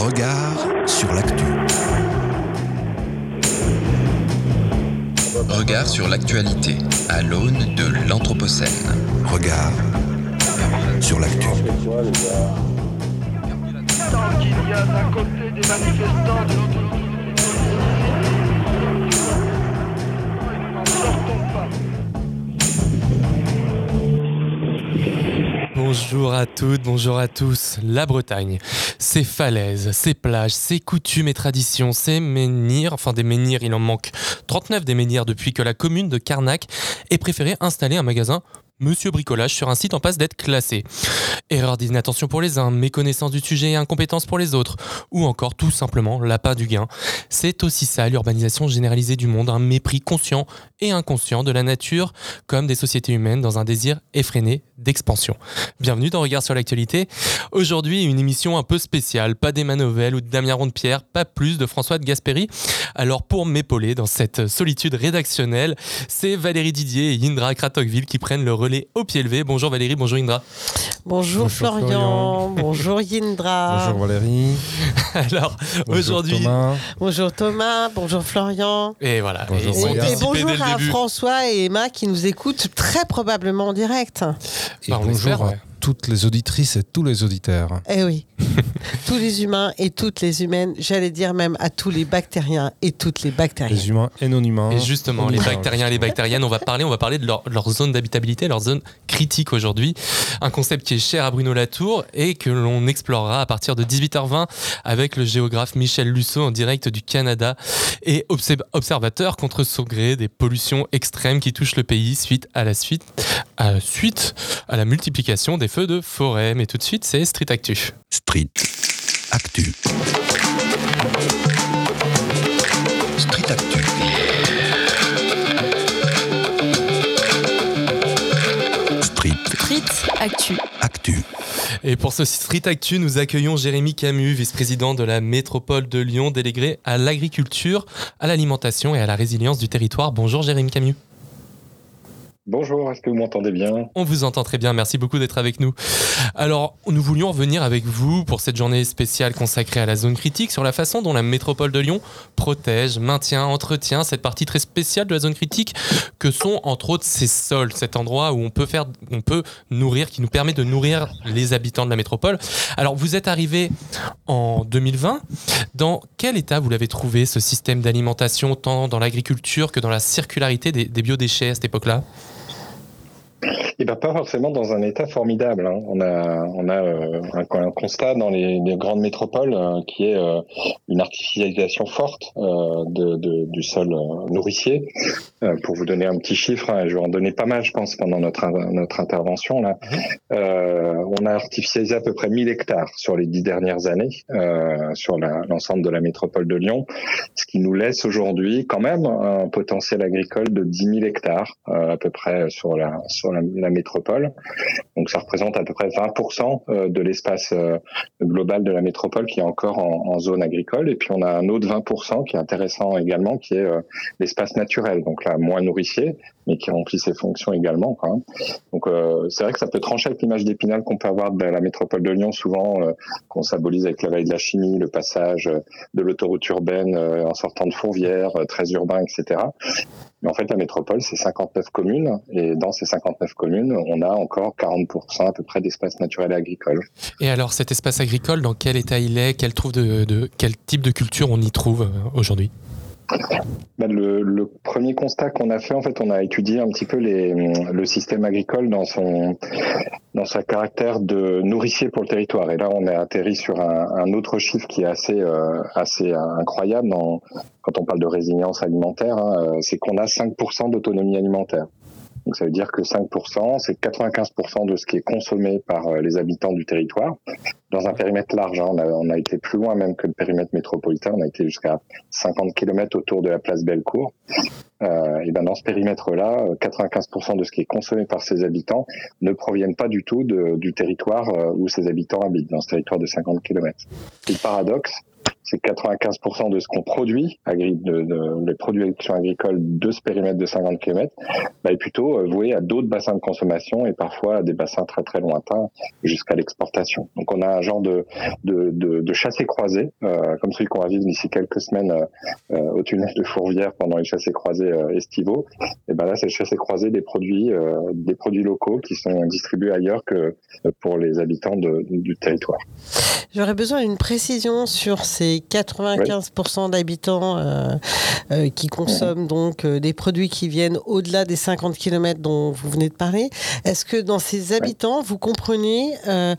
Regard sur l'actu. Regard sur l'actualité à l'aune de l'Anthropocène. Regard sur l'actu. Tant qu'il y a d'un côté des manifestants, de l'autre n'en sortons pas. Bonjour à toutes, bonjour à tous. La Bretagne, ses falaises, ses plages, ses coutumes et traditions, ses menhirs, enfin des menhirs, il en manque 39 des menhirs depuis que la commune de Carnac ait préféré installer un magasin Monsieur Bricolage sur un site en passe d'être classé. Erreur d'inattention pour les uns, méconnaissance du sujet et incompétence pour les autres, ou encore tout simplement lapin du gain. C'est aussi ça l'urbanisation généralisée du monde, un mépris conscient et inconscient de la nature comme des sociétés humaines dans un désir effréné d'expansion. Bienvenue dans Regard sur l'actualité. Aujourd'hui, une émission un peu spéciale, pas d'Emma Novelle ou de Damien Ronde-Pierre, pas plus de François de Gasperi. Alors pour m'épauler dans cette solitude rédactionnelle, c'est Valérie Didier et Indra Kratokville qui prennent le relais au pied levé. Bonjour Valérie, bonjour Indra. Bonjour Florian, bonjour Indra. Bonjour Valérie. Alors aujourd'hui, bonjour Thomas, bonjour Florian. Et voilà. Bonjour, Et bonjour à François et Emma qui nous écoutent très probablement en direct. Et bonjour à toutes les auditrices et tous les auditeurs. Eh oui, tous les humains et toutes les humaines, j'allais dire même à tous les bactériens et toutes les bactériennes. Les humains et non humains. Et justement, les bactériens et les bactériennes, on va parler de leur zone d'habitabilité, leur zone critique aujourd'hui. Un concept qui est cher à Bruno Latour et que l'on explorera à partir de 18h20 avec le géographe Michel Lusseau en direct du Canada et observateur contre son gré des pollutions extrêmes qui touchent le pays suite à la multiplication des feux de forêt. Mais tout de suite, c'est Street Actu. Street Actu. Street Actu. Street Actu. Actu. Et pour ce Street Actu, nous accueillons Jérémy Camus, vice-président de la métropole de Lyon, délégué à l'agriculture, à l'alimentation et à la résilience du territoire. Bonjour Jérémy Camus. Bonjour, est-ce que vous m'entendez bien ? On vous entend très bien, merci beaucoup d'être avec nous. Alors, nous voulions revenir avec vous pour cette journée spéciale consacrée à la zone critique sur la façon dont la métropole de Lyon protège, maintient, entretient cette partie très spéciale de la zone critique que sont entre autres ces sols, cet endroit où on peut nourrir, qui nous permet de nourrir les habitants de la métropole. Alors, vous êtes arrivé en 2020. Dans quel état vous l'avez trouvé ce système d'alimentation, tant dans l'agriculture que dans la circularité des biodéchets à cette époque-là ? Eh ben, pas forcément dans un état formidable. Hein. On a un constat dans les grandes métropoles qui est une artificialisation forte du sol nourricier. Pour vous donner un petit chiffre, je vais en donner pas mal, je pense, pendant notre intervention là. On a artificialisé à peu près 1000 hectares sur les 10 dernières années sur l'ensemble de la métropole de Lyon, ce qui nous laisse aujourd'hui quand même un potentiel agricole de 10 000 hectares à peu près sur la métropole. Donc ça représente à peu près 20% de l'espace global de la métropole qui est encore en zone agricole. Et puis on a un autre 20% qui est intéressant également, qui est l'espace naturel, donc là moins nourricier, mais qui remplit ses fonctions également, quoi. Donc c'est vrai que ça peut trancher avec l'image d'Épinal qu'on peut avoir de la métropole de Lyon, souvent qu'on symbolise avec la vallée de la chimie, le passage de l'autoroute urbaine en sortant de Fourvière, très urbain, etc. Mais en fait, la métropole, c'est 59 communes, et dans ces 59 communes, on a encore 40% à peu près d'espace naturel et agricole. Et alors, cet espace agricole, dans quel état il est ? Quel type de culture on y trouve aujourd'hui ? Le premier constat qu'on a fait, en fait, on a étudié un petit peu le système agricole dans sa caractère de nourricier pour le territoire. Et là, on a atterri sur un autre chiffre qui est assez incroyable quand on parle de résilience alimentaire. C'est qu'on a 5% d'autonomie alimentaire. Donc ça veut dire que 5%, c'est 95% de ce qui est consommé par les habitants du territoire, dans un périmètre large. On a été plus loin même que le périmètre métropolitain, on a été jusqu'à 50 km autour de la place Bellecour. Et dans ce périmètre-là, 95% de ce qui est consommé par ces habitants ne proviennent pas du tout du territoire où ces habitants habitent, dans ce territoire de 50 km. Et le paradoxe, c'est 95% de ce qu'on produit, les production agricole de ce périmètre de 50 km, est plutôt voué à d'autres bassins de consommation et parfois à des bassins très très lointains jusqu'à l'exportation. Donc on a un genre de chassé-croisé, comme celui qu'on va vivre d'ici quelques semaines au tunnel de Fourvière pendant les chassés-croisés estivaux. Et là, c'est le chassé-croisé des produits locaux qui sont distribués ailleurs que pour les habitants du territoire. J'aurais besoin d'une précision sur ces 95% d'habitants qui consomment donc des produits qui viennent au-delà des 50 km dont vous venez de parler. Est-ce que dans ces habitants, vous comprenez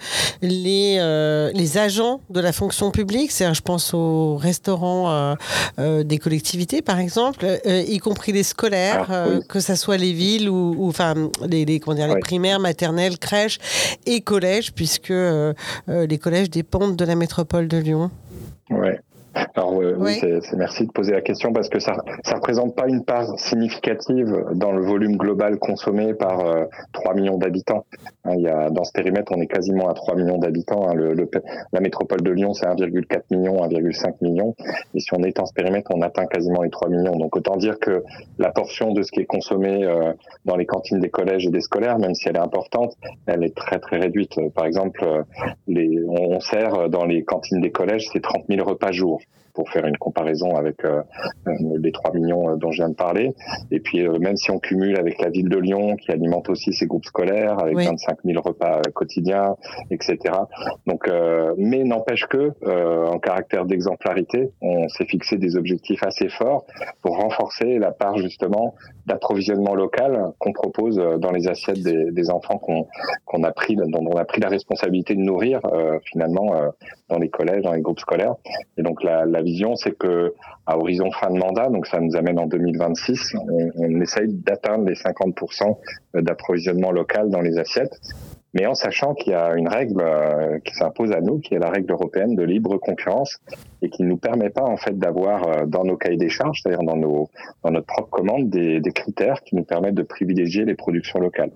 les agents de la fonction publique, c'est-à-dire je pense aux restaurants des collectivités par exemple, y compris les scolaires, que ça soit les villes ou enfin les primaires, maternelles, crèches et collèges, puisque les collèges dépendent de la métropole de Lyon. Ouais. Alors oui, merci de poser la question parce que ça représente pas une part significative dans le volume global consommé par 3 millions d'habitants. Dans ce périmètre, on est quasiment à 3 millions d'habitants. La métropole de Lyon, c'est 1,4 million, 1,5 million. Et si on étend ce périmètre, on atteint quasiment les 3 millions. Donc autant dire que la portion de ce qui est consommé dans les cantines des collèges et des scolaires, même si elle est importante, elle est très très réduite. Par exemple, on sert dans les cantines des collèges, c'est 30 000 repas jour, pour faire une comparaison avec les 3 millions dont je viens de parler. Et puis, même si on cumule avec la ville de Lyon, qui alimente aussi ses groupes scolaires, avec 25 000 repas quotidiens, etc. Donc, mais n'empêche que, en caractère d'exemplarité, on s'est fixé des objectifs assez forts pour renforcer la part, justement, d'approvisionnement local qu'on propose dans les assiettes des enfants dont on a pris la responsabilité de nourrir, finalement, dans les collèges, dans les groupes scolaires. Et donc, la vision, c'est que à horizon fin de mandat, donc ça nous amène en 2026, on essaye d'atteindre les 50% d'approvisionnement local dans les assiettes, mais en sachant qu'il y a une règle qui s'impose à nous, qui est la règle européenne de libre concurrence, et qui ne nous permet pas en fait d'avoir dans nos cahiers des charges, c'est-à-dire dans notre propre commande, des critères qui nous permettent de privilégier les productions locales.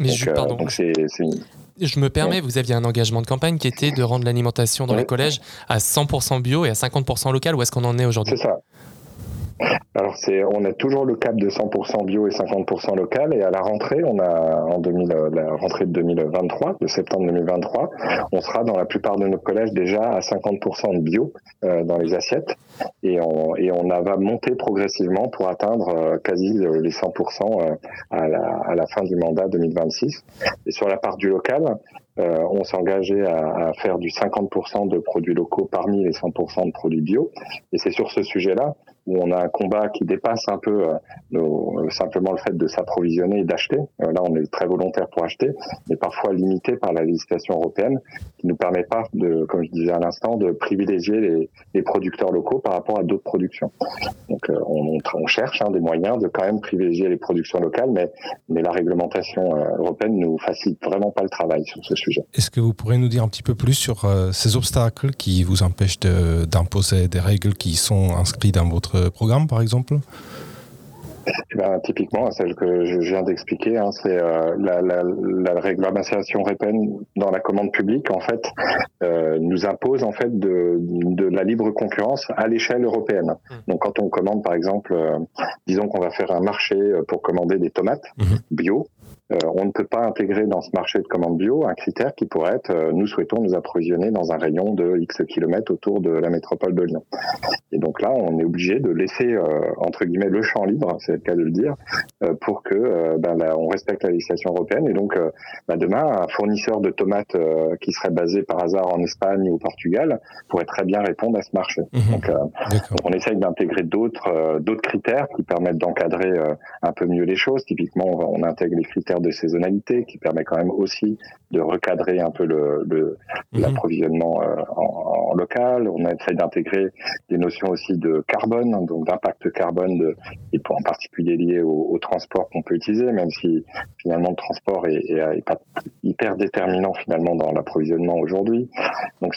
Je me permets, vous aviez un engagement de campagne qui était de rendre l'alimentation dans les collèges à 100% bio et à 50% local. Où est-ce qu'on en est aujourd'hui ? C'est ça. Alors on a toujours le cap de 100% bio et 50% local, et à la rentrée, la rentrée de 2023, de septembre 2023, on sera dans la plupart de nos collèges déjà à 50% de bio dans les assiettes, et on va monter progressivement pour atteindre quasi les 100% à la fin du mandat 2026. Et sur la part du local, on s'est engagé à faire du 50% de produits locaux parmi les 100% de produits bio, et c'est sur ce sujet-là où on a un combat qui dépasse un peu simplement le fait de s'approvisionner et d'acheter. Là, on est très volontaire pour acheter, mais parfois limité par la législation européenne qui ne nous permet pas, comme je disais à l'instant, de privilégier les producteurs locaux par rapport à d'autres productions. Donc, on cherche des moyens de quand même privilégier les productions locales, mais la réglementation européenne ne nous facilite vraiment pas le travail sur ce sujet. Est-ce que vous pourrez nous dire un petit peu plus sur ces obstacles qui vous empêchent d'imposer des règles qui sont inscrites dans votre programme, par exemple ? Typiquement, celle que je viens d'expliquer, c'est la réglementation européenne dans la commande publique, en fait, nous impose en fait de la libre concurrence à l'échelle européenne. Donc, quand on commande, par exemple, disons qu'on va faire un marché pour commander des tomates bio, on ne peut pas intégrer dans ce marché de commande bio un critère qui pourrait être nous souhaitons nous approvisionner dans un rayon de X kilomètres autour de la métropole de Lyon. Et donc là, on est obligé de laisser entre guillemets le champ libre, c'est le cas de le dire, pour que on respecte la législation européenne. Et donc demain, un fournisseur de tomates qui serait basé par hasard en Espagne ou au Portugal pourrait très bien répondre à ce marché. Donc on essaye d'intégrer d'autres critères qui permettent d'encadrer un peu mieux les choses. Typiquement, on intègre les critères de saisonnalité qui permet quand même aussi de recadrer un peu l'approvisionnement en local. On essaie d'intégrer des notions aussi de carbone, donc d'impact carbone et en particulier lié au transport qu'on peut utiliser, même si finalement le transport est pas hyper déterminant finalement dans l'approvisionnement aujourd'hui. Donc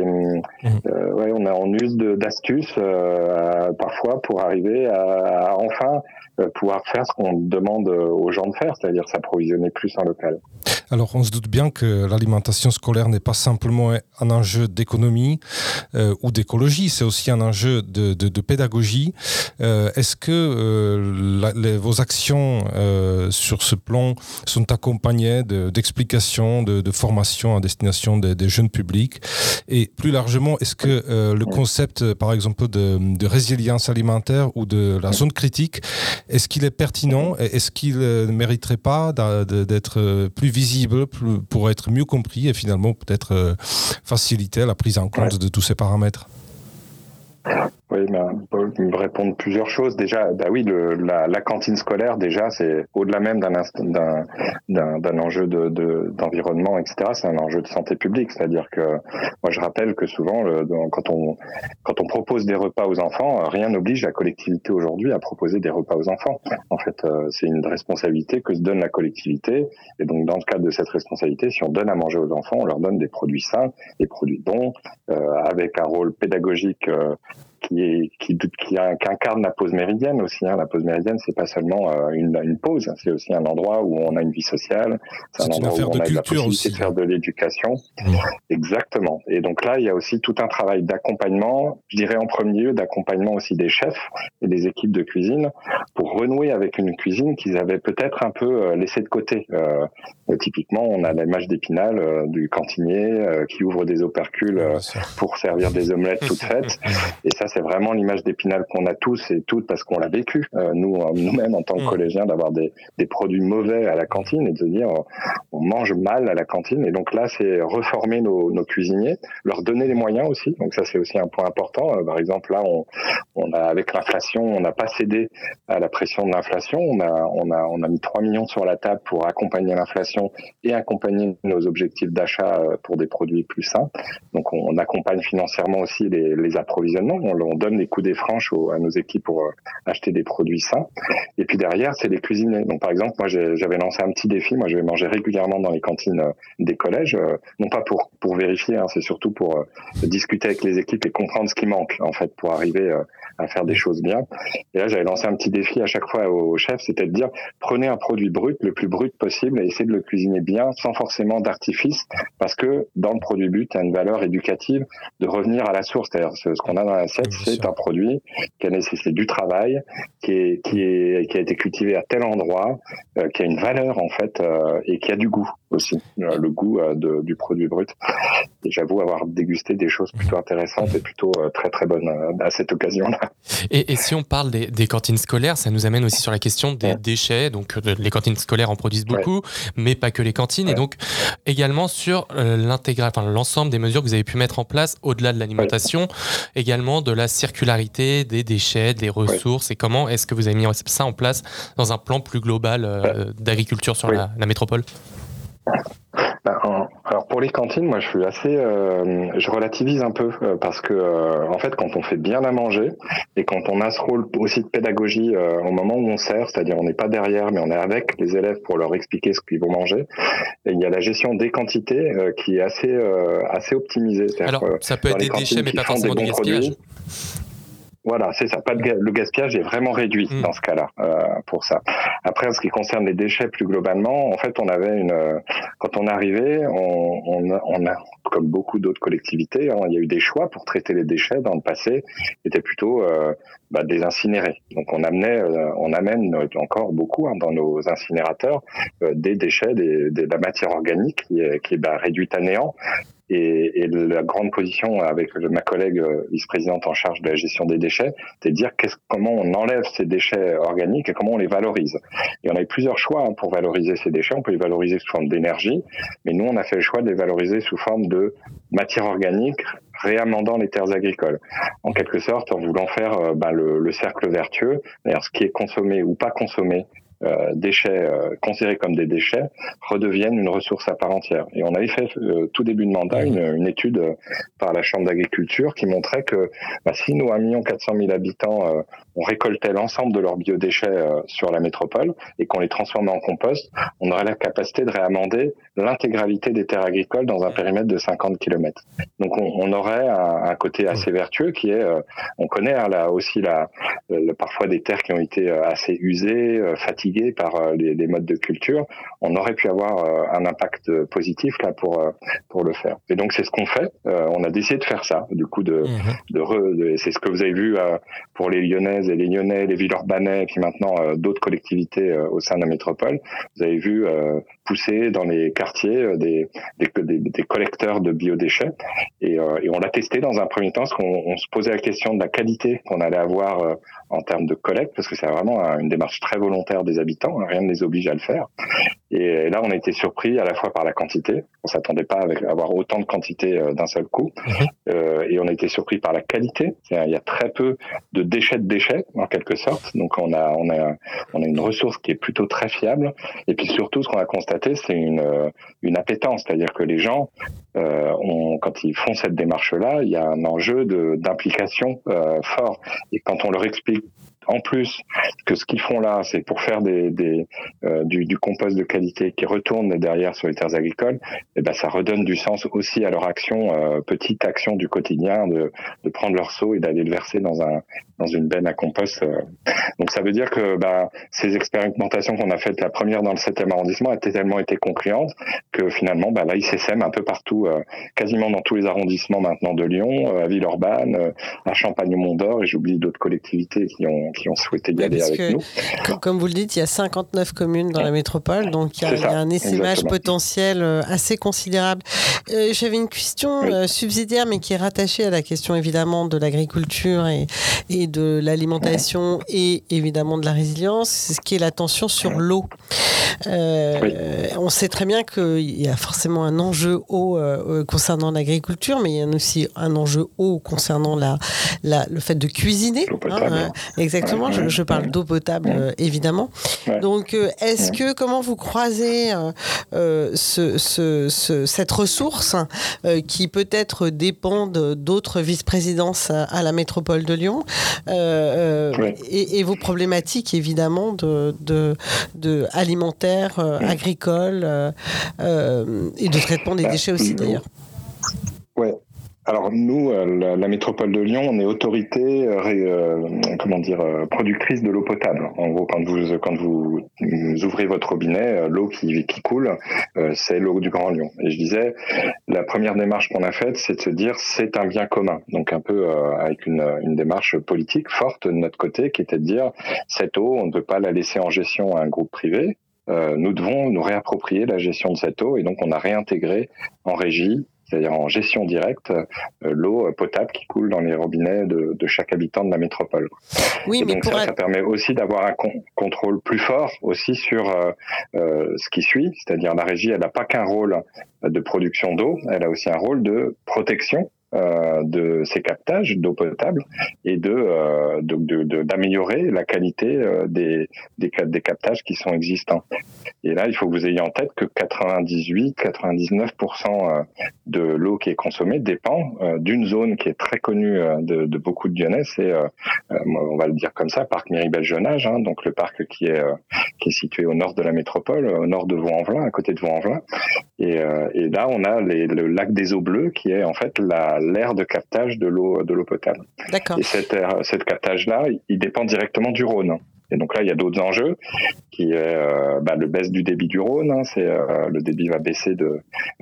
on use d'astuces parfois pour arriver à enfin pouvoir faire ce qu'on demande aux gens de faire, c'est-à-dire s'approvisionner plus en local. Alors, on se doute bien que l'alimentation scolaire n'est pas simplement un enjeu d'économie ou d'écologie, c'est aussi un enjeu de pédagogie. Est-ce que vos actions sur ce plan sont accompagnées d'explications, de formations à destination des jeunes publics? Et plus largement, est-ce que le concept, par exemple, de résilience alimentaire ou de la zone critique, est-ce qu'il est pertinent? Est-ce qu'il ne mériterait pas d'être plus visible pour être mieux compris et finalement peut-être faciliter la prise en compte de tous ces paramètres? Oui, je me répondre plusieurs choses. Déjà, oui, la cantine scolaire, déjà, c'est au-delà même d'un enjeu d'environnement, etc. C'est un enjeu de santé publique. C'est-à-dire que, moi, je rappelle que souvent, quand on propose des repas aux enfants, rien n'oblige la collectivité aujourd'hui à proposer des repas aux enfants. En fait, c'est une responsabilité que se donne la collectivité. Et donc, dans le cadre de cette responsabilité, si on donne à manger aux enfants, on leur donne des produits sains, des produits bons, avec un rôle pédagogique qui incarne la pause méridienne aussi. La pause méridienne, c'est pas seulement une pause, c'est aussi un endroit où on a une vie sociale, c'est un endroit où on a la possibilité de faire de l'éducation. Exactement. Et donc là, il y a aussi tout un travail d'accompagnement, je dirais en premier lieu d'accompagnement aussi des chefs et des équipes de cuisine pour renouer avec une cuisine qu'ils avaient peut-être un peu laissée de côté. Typiquement, on a l'image d'Épinal du cantinier qui ouvre des opercules pour servir des omelettes toutes faites. Et ça, c'est vraiment l'image d'Épinal qu'on a tous et toutes parce qu'on l'a vécu, nous-mêmes en tant que collégiens, d'avoir des produits mauvais à la cantine et de se dire on mange mal à la cantine. Et donc là, c'est reformer nos cuisiniers, leur donner les moyens aussi. Donc ça, c'est aussi un point important. Par exemple, là, on a avec l'inflation, on n'a pas cédé à la pression de l'inflation. On a mis 3 millions sur la table pour accompagner l'inflation et accompagner nos objectifs d'achat pour des produits plus sains. Donc on accompagne financièrement aussi les approvisionnements. On donne les coups des franches à nos équipes pour acheter des produits sains. Et puis derrière, c'est les cuisiniers. Donc par exemple, moi j'avais lancé un petit défi. Moi je vais manger régulièrement dans les cantines des collèges, non pas pour vérifier, c'est surtout pour discuter avec les équipes et comprendre ce qui manque en fait pour arriver à faire des choses bien. Et là j'avais lancé un petit défi à chaque fois aux chefs, c'était de dire prenez un produit brut, le plus brut possible et essayez de le cuisiner bien sans forcément d'artifice, parce que dans le produit brut, il y a une valeur éducative de revenir à la source. C'est-à-dire ce qu'on a dans l'assiette, c'est un produit qui a nécessité du travail, qui a été cultivé à tel endroit, qui a une valeur en fait et qui a du goût aussi, le goût du produit brut. Et j'avoue avoir dégusté des choses plutôt intéressantes et plutôt très très bonnes à cette occasion-là. Et si on parle des cantines scolaires, ça nous amène aussi sur la question des déchets. Donc les cantines scolaires en produisent beaucoup, mais pas que les cantines. Et donc également sur l'ensemble des mesures que vous avez pu mettre en place au-delà de l'alimentation, également de la circularité des déchets, des ressources. Et comment est-ce que vous avez mis ça en place dans un plan plus global d'agriculture sur la métropole ? Alors pour les cantines, moi je suis je relativise un peu parce que en fait quand on fait bien à manger et quand on a ce rôle aussi de pédagogie au moment où on sert, c'est-à-dire on n'est pas derrière mais on est avec les élèves pour leur expliquer ce qu'ils vont manger, et il y a la gestion des quantités qui est assez optimisée. Alors ça peut être des déchets mais pas forcément du gaspillage. Voilà, c'est ça. Le gaspillage est vraiment réduit dans ce cas-là pour ça. Après, en ce qui concerne les déchets plus globalement, en fait, on avait quand on est arrivé, on a comme beaucoup d'autres collectivités, il y a eu des choix pour traiter les déchets dans le passé, qui étaient plutôt des incinérés. Donc on amène encore beaucoup dans nos incinérateurs des déchets, de la matière organique qui est réduite à néant. Et la grande position avec ma collègue vice-présidente en charge de la gestion des déchets, c'est de dire comment on enlève ces déchets organiques et comment on les valorise. Et on a eu plusieurs choix pour valoriser ces déchets. On peut les valoriser sous forme d'énergie, mais nous on a fait le choix de les valoriser sous forme de matière organique, réamendant les terres agricoles. En quelque sorte, en voulant faire le cercle vertueux, c'est-à-dire ce qui est consommé ou pas consommé, déchets considérés comme des déchets redeviennent une ressource à part entière. Et on avait fait tout début de mandat une étude par la Chambre d'agriculture qui montrait que si nous, 1 400 000 habitants, on récoltait l'ensemble de leurs biodéchets sur la métropole et qu'on les transformait en compost, on aurait la capacité de réamender l'intégralité des terres agricoles dans un périmètre de 50 km. Donc on aurait un côté assez vertueux qui est, on connaît là aussi parfois des terres qui ont été assez usées, fatiguées, fatigués par les modes de culture, on aurait pu avoir un impact positif là pour le faire. Et donc c'est ce qu'on fait. On a décidé de faire ça. Du coup, c'est ce que vous avez vu pour les Lyonnaises et les Lyonnais, les Villeurbanais, et puis maintenant d'autres collectivités au sein de la métropole. Vous avez vu pousser dans les quartiers des collecteurs de biodéchets et on l'a testé dans un premier temps parce qu'on se posait la question de la qualité qu'on allait avoir en termes de collecte, parce que c'est vraiment une démarche très volontaire des habitants, rien ne les oblige à le faire. Et là, on a été surpris à la fois par la quantité, on s'attendait pas à avoir autant de quantité d'un seul coup, et on a été surpris par la qualité. Il y a très peu de déchets, en quelque sorte, donc on a une ressource qui est plutôt très fiable. Et puis surtout, ce qu'on a constaté, c'est une appétence, c'est-à-dire que les gens, quand ils font cette démarche-là, il y a un enjeu d'implication fort. Et quand on leur explique en plus que ce qu'ils font là, c'est pour faire du compost de qualité qui retourne derrière sur les terres agricoles, et ben ça redonne du sens aussi à leur action, petite action du quotidien, de prendre leur seau et d'aller le verser dans une benne à compost. Donc ça veut dire que ces expérimentations qu'on a faites, la première dans le 7e arrondissement, a tellement été concluante que finalement là ils s'essaiment un peu partout, quasiment dans tous les arrondissements maintenant de Lyon, à Villeurbanne, à Champagne-Mont-d'Or, et j'oublie d'autres collectivités qui ont souhaité y aller avec nous. Comme vous le dites, il y a 59 communes dans la métropole, donc il y a un essaimage potentiel assez considérable. J'avais une question subsidiaire, mais qui est rattachée à la question évidemment de l'agriculture et de l'alimentation et évidemment de la résilience, c'est ce qui est la tension sur l'eau. On sait très bien qu'il y a forcément un enjeu eau concernant l'agriculture, mais il y a aussi un enjeu eau concernant le fait de cuisiner. Exactement, je parle d'eau potable, évidemment. Donc, comment vous croisez cette ressource qui peut-être dépend d'autres vice-présidences à la métropole de Lyon et vos problématiques, évidemment, de alimentaire, agricole et de traitement des déchets aussi, d'ailleurs. Ouais. Alors nous, la métropole de Lyon, on est autorité, productrice de l'eau potable. En gros, quand vous ouvrez votre robinet, l'eau qui coule, c'est l'eau du Grand Lyon. Et je disais, la première démarche qu'on a faite, c'est de se dire, c'est un bien commun. Donc un peu avec une démarche politique forte de notre côté, qui était de dire, cette eau, on ne peut pas la laisser en gestion à un groupe privé. Nous devons nous réapproprier la gestion de cette eau, et donc on a réintégré en régie, c'est-à-dire en gestion directe, l'eau potable qui coule dans les robinets de chaque habitant de la métropole. Oui, et mais donc ça permet aussi d'avoir un contrôle plus fort aussi sur ce qui suit, c'est-à-dire la régie, elle n'a pas qu'un rôle de production d'eau, elle a aussi un rôle de protection de ces captages d'eau potable et d'améliorer la qualité des captages qui sont existants. Et là, il faut que vous ayez en tête que 98-99% de l'eau qui est consommée dépend d'une zone qui est très connue de beaucoup de Lyonnais, c'est, on va le dire comme ça, parc Miribel-Jonage, donc le parc qui est situé au nord de la métropole, au nord de Vaux-en-Velin, à côté de Vaux-en-Velin. Et là, on a le lac des Eaux Bleues qui est en fait l'aire de captage de l'eau potable. D'accord. Et cette captage-là, il dépend directement du Rhône. Et donc là, il y a d'autres enjeux, qui est le baisse du débit du Rhône. Le débit va baisser de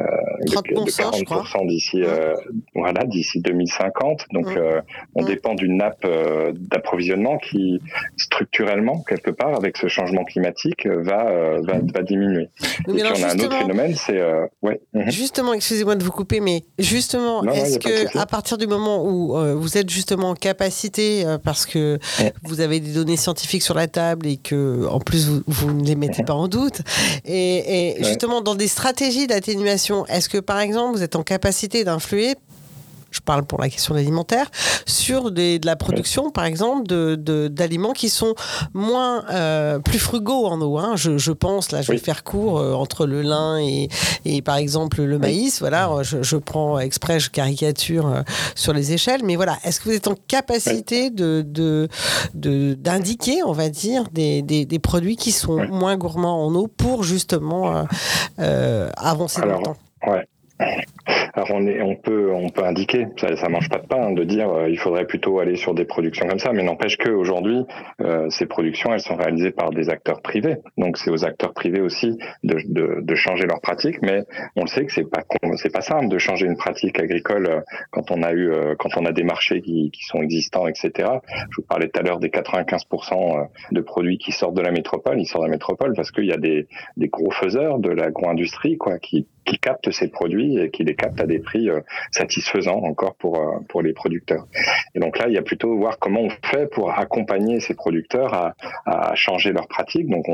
40% d'ici 2050. Donc on dépend d'une nappe d'approvisionnement qui, structurellement, quelque part, avec ce changement climatique, va diminuer. Oui, et puis on a un autre phénomène, c'est... Justement, excusez-moi de vous couper, mais justement, est-ce que à partir du moment où vous êtes justement en capacité, parce que vous avez des données scientifiques sur la table et que en plus vous ne les mettez pas en doute, et justement dans des stratégies d'atténuation, est-ce que par exemple vous êtes en capacité d'influer, je parle pour la question alimentaire, sur de la production, par exemple, d'aliments qui sont plus frugaux en eau. Je pense, là, je vais faire court, entre le lin et par exemple, le maïs. Voilà, je prends exprès, je caricature sur les échelles. Mais voilà, est-ce que vous êtes en capacité d'indiquer, on va dire, des produits qui sont moins gourmands en eau pour justement avancer dans le temps? Alors on peut indiquer, ça mange pas de pain de dire il faudrait plutôt aller sur des productions comme ça, mais n'empêche qu'aujourd'hui ces productions elles sont réalisées par des acteurs privés, donc c'est aux acteurs privés aussi de changer leurs pratiques, mais on le sait que c'est pas simple de changer une pratique agricole quand on a des marchés qui sont existants, etc. Je vous parlais tout à l'heure des 95% de produits qui sortent de la métropole, ils sortent de la métropole parce qu'il y a des gros faiseurs de l'agro-industrie qui captent ces produits et qui les captent à des prix satisfaisants encore pour les producteurs. Et donc là, il y a plutôt voir comment on fait pour accompagner ces producteurs à changer leurs pratiques. Donc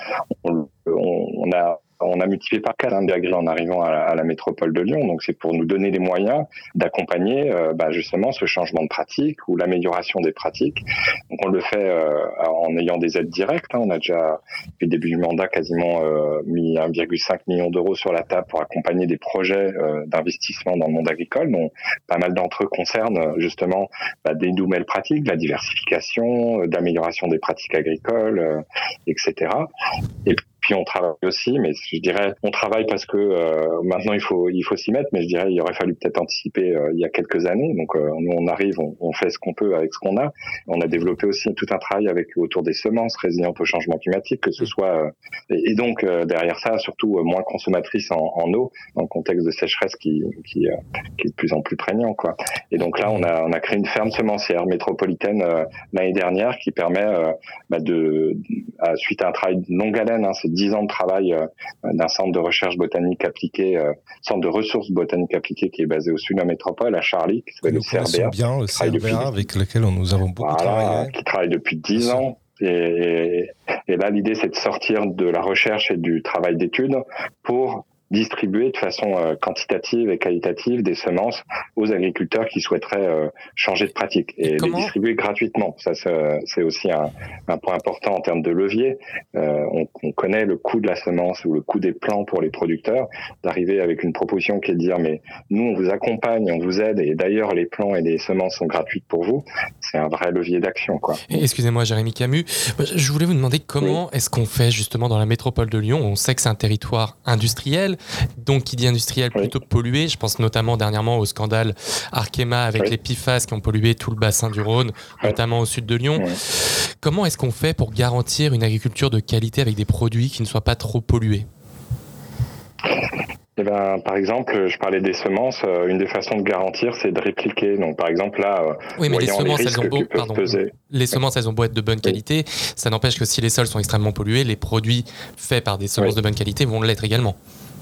on a multiplié par 4 Biagri en arrivant à la métropole de Lyon. Donc c'est pour nous donner les moyens d'accompagner justement ce changement de pratique ou l'amélioration des pratiques. Donc on le fait en ayant des aides directes. On a déjà, depuis le début du mandat, quasiment mis 1,5 million d'euros sur la table pour accompagner des projets d'investissement dans le monde agricole, dont pas mal d'entre eux concernent justement des nouvelles pratiques, de la diversification, d'amélioration des pratiques agricoles, etc. Et puis on travaille aussi, mais je dirais on travaille parce que maintenant il faut s'y mettre, mais je dirais il aurait fallu peut-être anticiper il y a quelques années. Donc nous on arrive, on fait ce qu'on peut avec ce qu'on a. On a développé aussi tout un travail autour des semences résilientes au changement climatique, que ce soit et donc derrière ça surtout moins consommatrices en eau dans le contexte de sécheresse qui est de plus en plus prégnant quoi. Et donc là on a créé une ferme semencière métropolitaine l'année dernière qui permet suite à un travail de longue haleine, c'est 10 ans de travail d'un centre de recherche botanique appliquée, centre de ressources botaniques appliquées qui est basé au sud de la métropole, à Charlie, qui s'appelle le CRBA. Bien, le CRBA avec lequel nous avons beaucoup travaillé. Qui travaille depuis 10 ans. Et là, l'idée, c'est de sortir de la recherche et du travail d'études pour distribuer de façon quantitative et qualitative des semences aux agriculteurs qui souhaiteraient changer de pratique et les distribuer gratuitement. Ça, c'est aussi un point important en termes de levier. On connaît le coût de la semence ou le coût des plants pour les producteurs. D'arriver avec une proposition qui est de dire mais nous on vous accompagne, on vous aide et d'ailleurs les plants et les semences sont gratuites pour vous. C'est un vrai levier d'action quoi. Excusez-moi Jérémy Camus, je voulais vous demander comment est-ce qu'on fait justement dans la métropole de Lyon. On sait que c'est un territoire industriel. Donc, qui dit industriel plutôt pollué, je pense notamment dernièrement au scandale Arkema avec les PFAS qui ont pollué tout le bassin du Rhône, notamment au sud de Lyon. Comment est-ce qu'on fait pour garantir une agriculture de qualité avec des produits qui ne soient pas trop pollués ? Par exemple, je parlais des semences. Une des façons de garantir, c'est de répliquer. Donc, par exemple, là, mais les semences, elles ont beau être de bonne qualité. Ça n'empêche que si les sols sont extrêmement pollués, les produits faits par des semences de bonne qualité vont l'être également.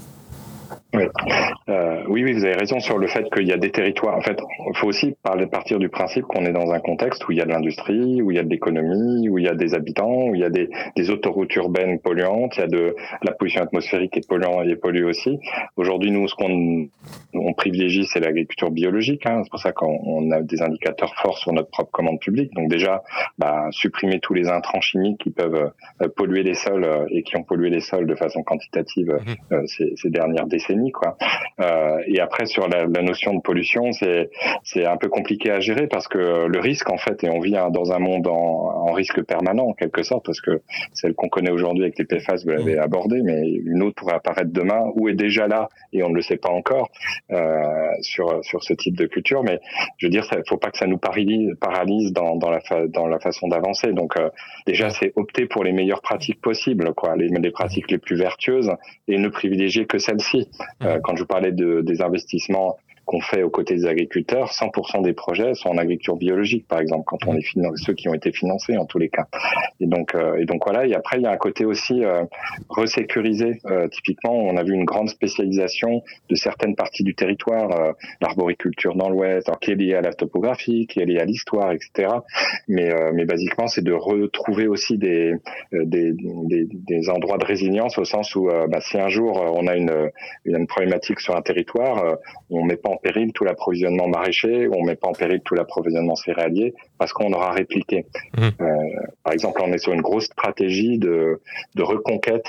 Oui, vous avez raison sur le fait qu'il y a des territoires. En fait, il faut aussi partir du principe qu'on est dans un contexte où il y a de l'industrie, où il y a de l'économie, où il y a des habitants, où il y a des autoroutes urbaines polluantes, il y a de la pollution atmosphérique qui est polluante et pollue aussi. Aujourd'hui, nous, ce qu'on privilégie, c'est l'agriculture biologique. C'est pour ça qu'on a des indicateurs forts sur notre propre commande publique. Donc déjà, supprimer tous les intrants chimiques qui peuvent polluer les sols et qui ont pollué les sols de façon quantitative ces dernières décennies, quoi. Et après sur la notion de pollution, c'est un peu compliqué à gérer parce que le risque en fait, et on vit dans un monde en risque permanent en quelque sorte, parce que celle qu'on connaît aujourd'hui avec les PFAS, vous l'avez abordé, mais une autre pourrait apparaître demain ou est déjà là et on ne le sait pas encore sur ce type de culture. Mais je veux dire, il faut pas que ça nous paralyse dans la façon d'avancer. Donc déjà, c'est opter pour les meilleures pratiques possibles, quoi, les pratiques les plus vertueuses et ne privilégier que celles-ci. Quand je vous parlais des investissements qu'on fait aux côtés des agriculteurs, 100% des projets sont en agriculture biologique, par exemple, quand on est ceux qui ont été financés en tous les cas. Et donc voilà. Et après, il y a un côté aussi resécurisé. Typiquement, on a vu une grande spécialisation de certaines parties du territoire, l'arboriculture dans l'Ouest, qui est liée à la topographie, qui est liée à l'histoire, etc. Mais basiquement, c'est de retrouver aussi des endroits de résilience au sens où, si un jour on a une problématique sur un territoire, on met pas en péril tout l'approvisionnement maraîcher, on met pas en péril tout l'approvisionnement céréalier parce qu'on aura répliqué. Par exemple, on est sur une grosse stratégie de reconquête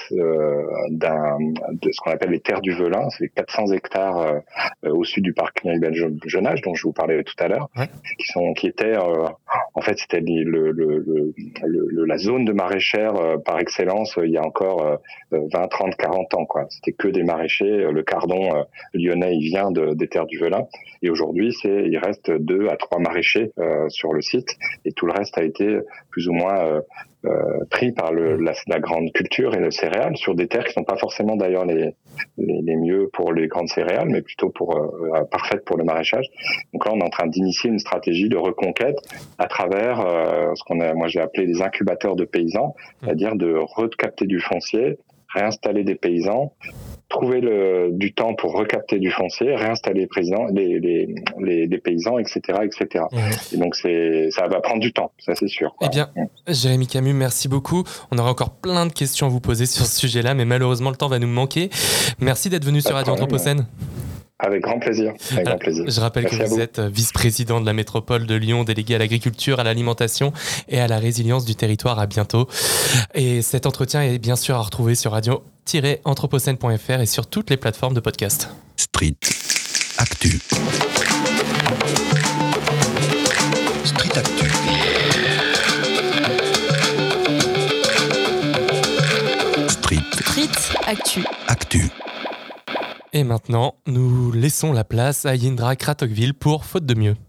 de ce qu'on appelle les terres du Velin, c'est 400 hectares au sud du parc Belge Jonage dont je vous parlais tout à l'heure, qui étaient en fait, c'était la zone de maraîchère par excellence il y a encore 20, 30, 40 ans, quoi. C'était que des maraîchers. Le cardon lyonnais, il vient des terres du Velin. Et aujourd'hui, il reste 2 à 3 maraîchers sur le site, et tout le reste a été plus ou moins pris par la grande culture et le céréal sur des terres qui sont pas forcément d'ailleurs les mieux pour les grandes céréales, mais plutôt parfaites pour le maraîchage. Donc là, on est en train d'initier une stratégie de reconquête à travers moi j'ai appelé les incubateurs de paysans, c'est-à-dire de recapter du foncier, réinstaller des paysans, trouver du temps pour recapter du foncier, réinstaller les paysans, etc., etc. Et donc ça va prendre du temps, ça c'est sûr. Eh bien, Jérémy Camus, merci beaucoup. On aura encore plein de questions à vous poser sur ce sujet-là, mais malheureusement le temps va nous manquer. Merci d'être venu sur Radio Anthropocène. Avec grand plaisir. Je rappelle que vous êtes vice-président de la métropole de Lyon, délégué à l'agriculture, à l'alimentation et à la résilience du territoire. À bientôt. Et cet entretien est bien sûr à retrouver sur radio-anthropocène.fr et sur toutes les plateformes de podcast. Street Actu. Street Actu. Street Actu. Actu. Et maintenant, nous laissons la place à Yindra Kratokvil pour Faute de mieux.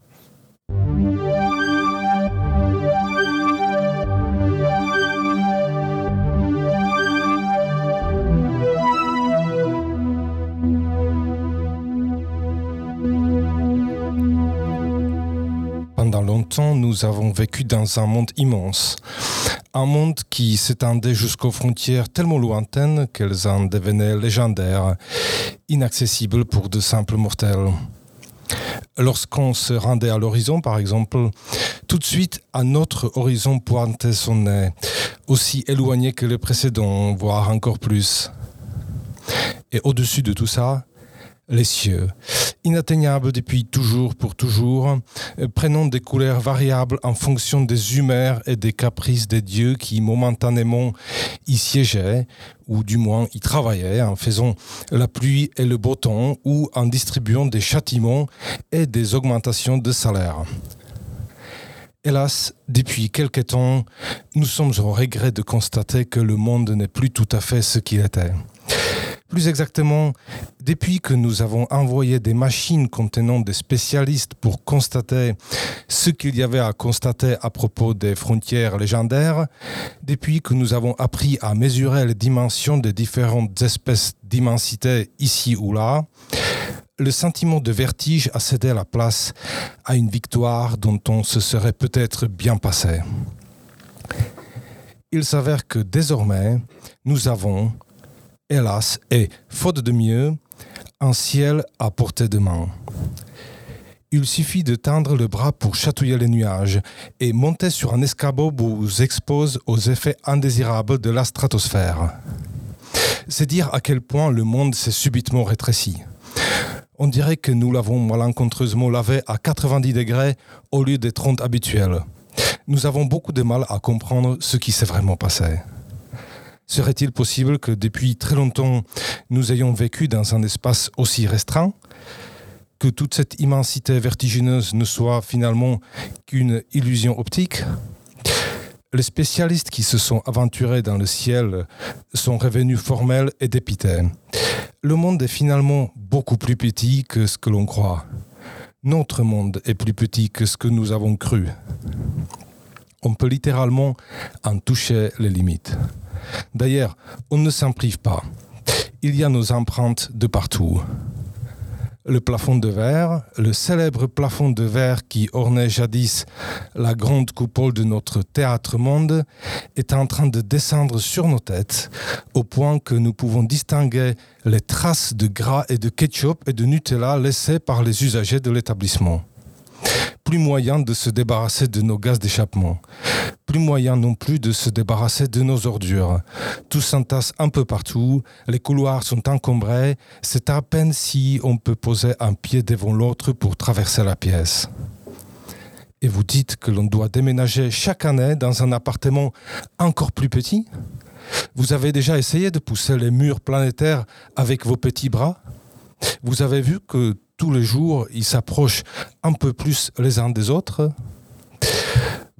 Pendant longtemps, nous avons vécu dans un monde immense. Un monde qui s'étendait jusqu'aux frontières tellement lointaines qu'elles en devenaient légendaires, inaccessibles pour de simples mortels. Lorsqu'on se rendait à l'horizon, par exemple, tout de suite, un autre horizon pointait son nez, aussi éloigné que le précédent, voire encore plus. Et au-dessus de tout ça, les cieux, inatteignables depuis toujours pour toujours, prenant des couleurs variables en fonction des humeurs et des caprices des dieux qui momentanément y siégeaient, ou du moins y travaillaient en faisant la pluie et le beau temps, ou en distribuant des châtiments et des augmentations de salaire. Hélas, depuis quelque temps, nous sommes au regret de constater que le monde n'est plus tout à fait ce qu'il était. Plus exactement, depuis que nous avons envoyé des machines contenant des spécialistes pour constater ce qu'il y avait à constater à propos des frontières légendaires, depuis que nous avons appris à mesurer les dimensions des différentes espèces d'immensité ici ou là, le sentiment de vertige a cédé la place à une victoire dont on se serait peut-être bien passé. Il s'avère que désormais, nous avons, hélas, et faute de mieux, un ciel à portée de main. Il suffit de tendre le bras pour chatouiller les nuages et monter sur un escabeau vous expose aux effets indésirables de la stratosphère. C'est dire à quel point le monde s'est subitement rétréci. On dirait que nous l'avons malencontreusement lavé à 90 degrés au lieu des 30 habituels. Nous avons beaucoup de mal à comprendre ce qui s'est vraiment passé. Serait-il possible que depuis très longtemps, nous ayons vécu dans un espace aussi restreint ? Que toute cette immensité vertigineuse ne soit finalement qu'une illusion optique ? Les spécialistes qui se sont aventurés dans le ciel sont revenus formels et dépités. Le monde est finalement beaucoup plus petit que ce que l'on croit. Notre monde est plus petit que ce que nous avons cru. On peut littéralement en toucher les limites. D'ailleurs, on ne s'en prive pas. Il y a nos empreintes de partout. Le plafond de verre, le célèbre plafond de verre qui ornait jadis la grande coupole de notre théâtre-monde, est en train de descendre sur nos têtes, au point que nous pouvons distinguer les traces de gras et de ketchup et de Nutella laissées par les usagers de l'établissement. Plus moyen de se débarrasser de nos gaz d'échappement. Plus moyen non plus de se débarrasser de nos ordures. Tout s'entasse un peu partout, les couloirs sont encombrés, c'est à peine si on peut poser un pied devant l'autre pour traverser la pièce. Et vous dites que l'on doit déménager chaque année dans un appartement encore plus petit ? Vous avez déjà essayé de pousser les murs planétaires avec vos petits bras ? Vous avez vu que tous les jours, ils s'approchent un peu plus les uns des autres ?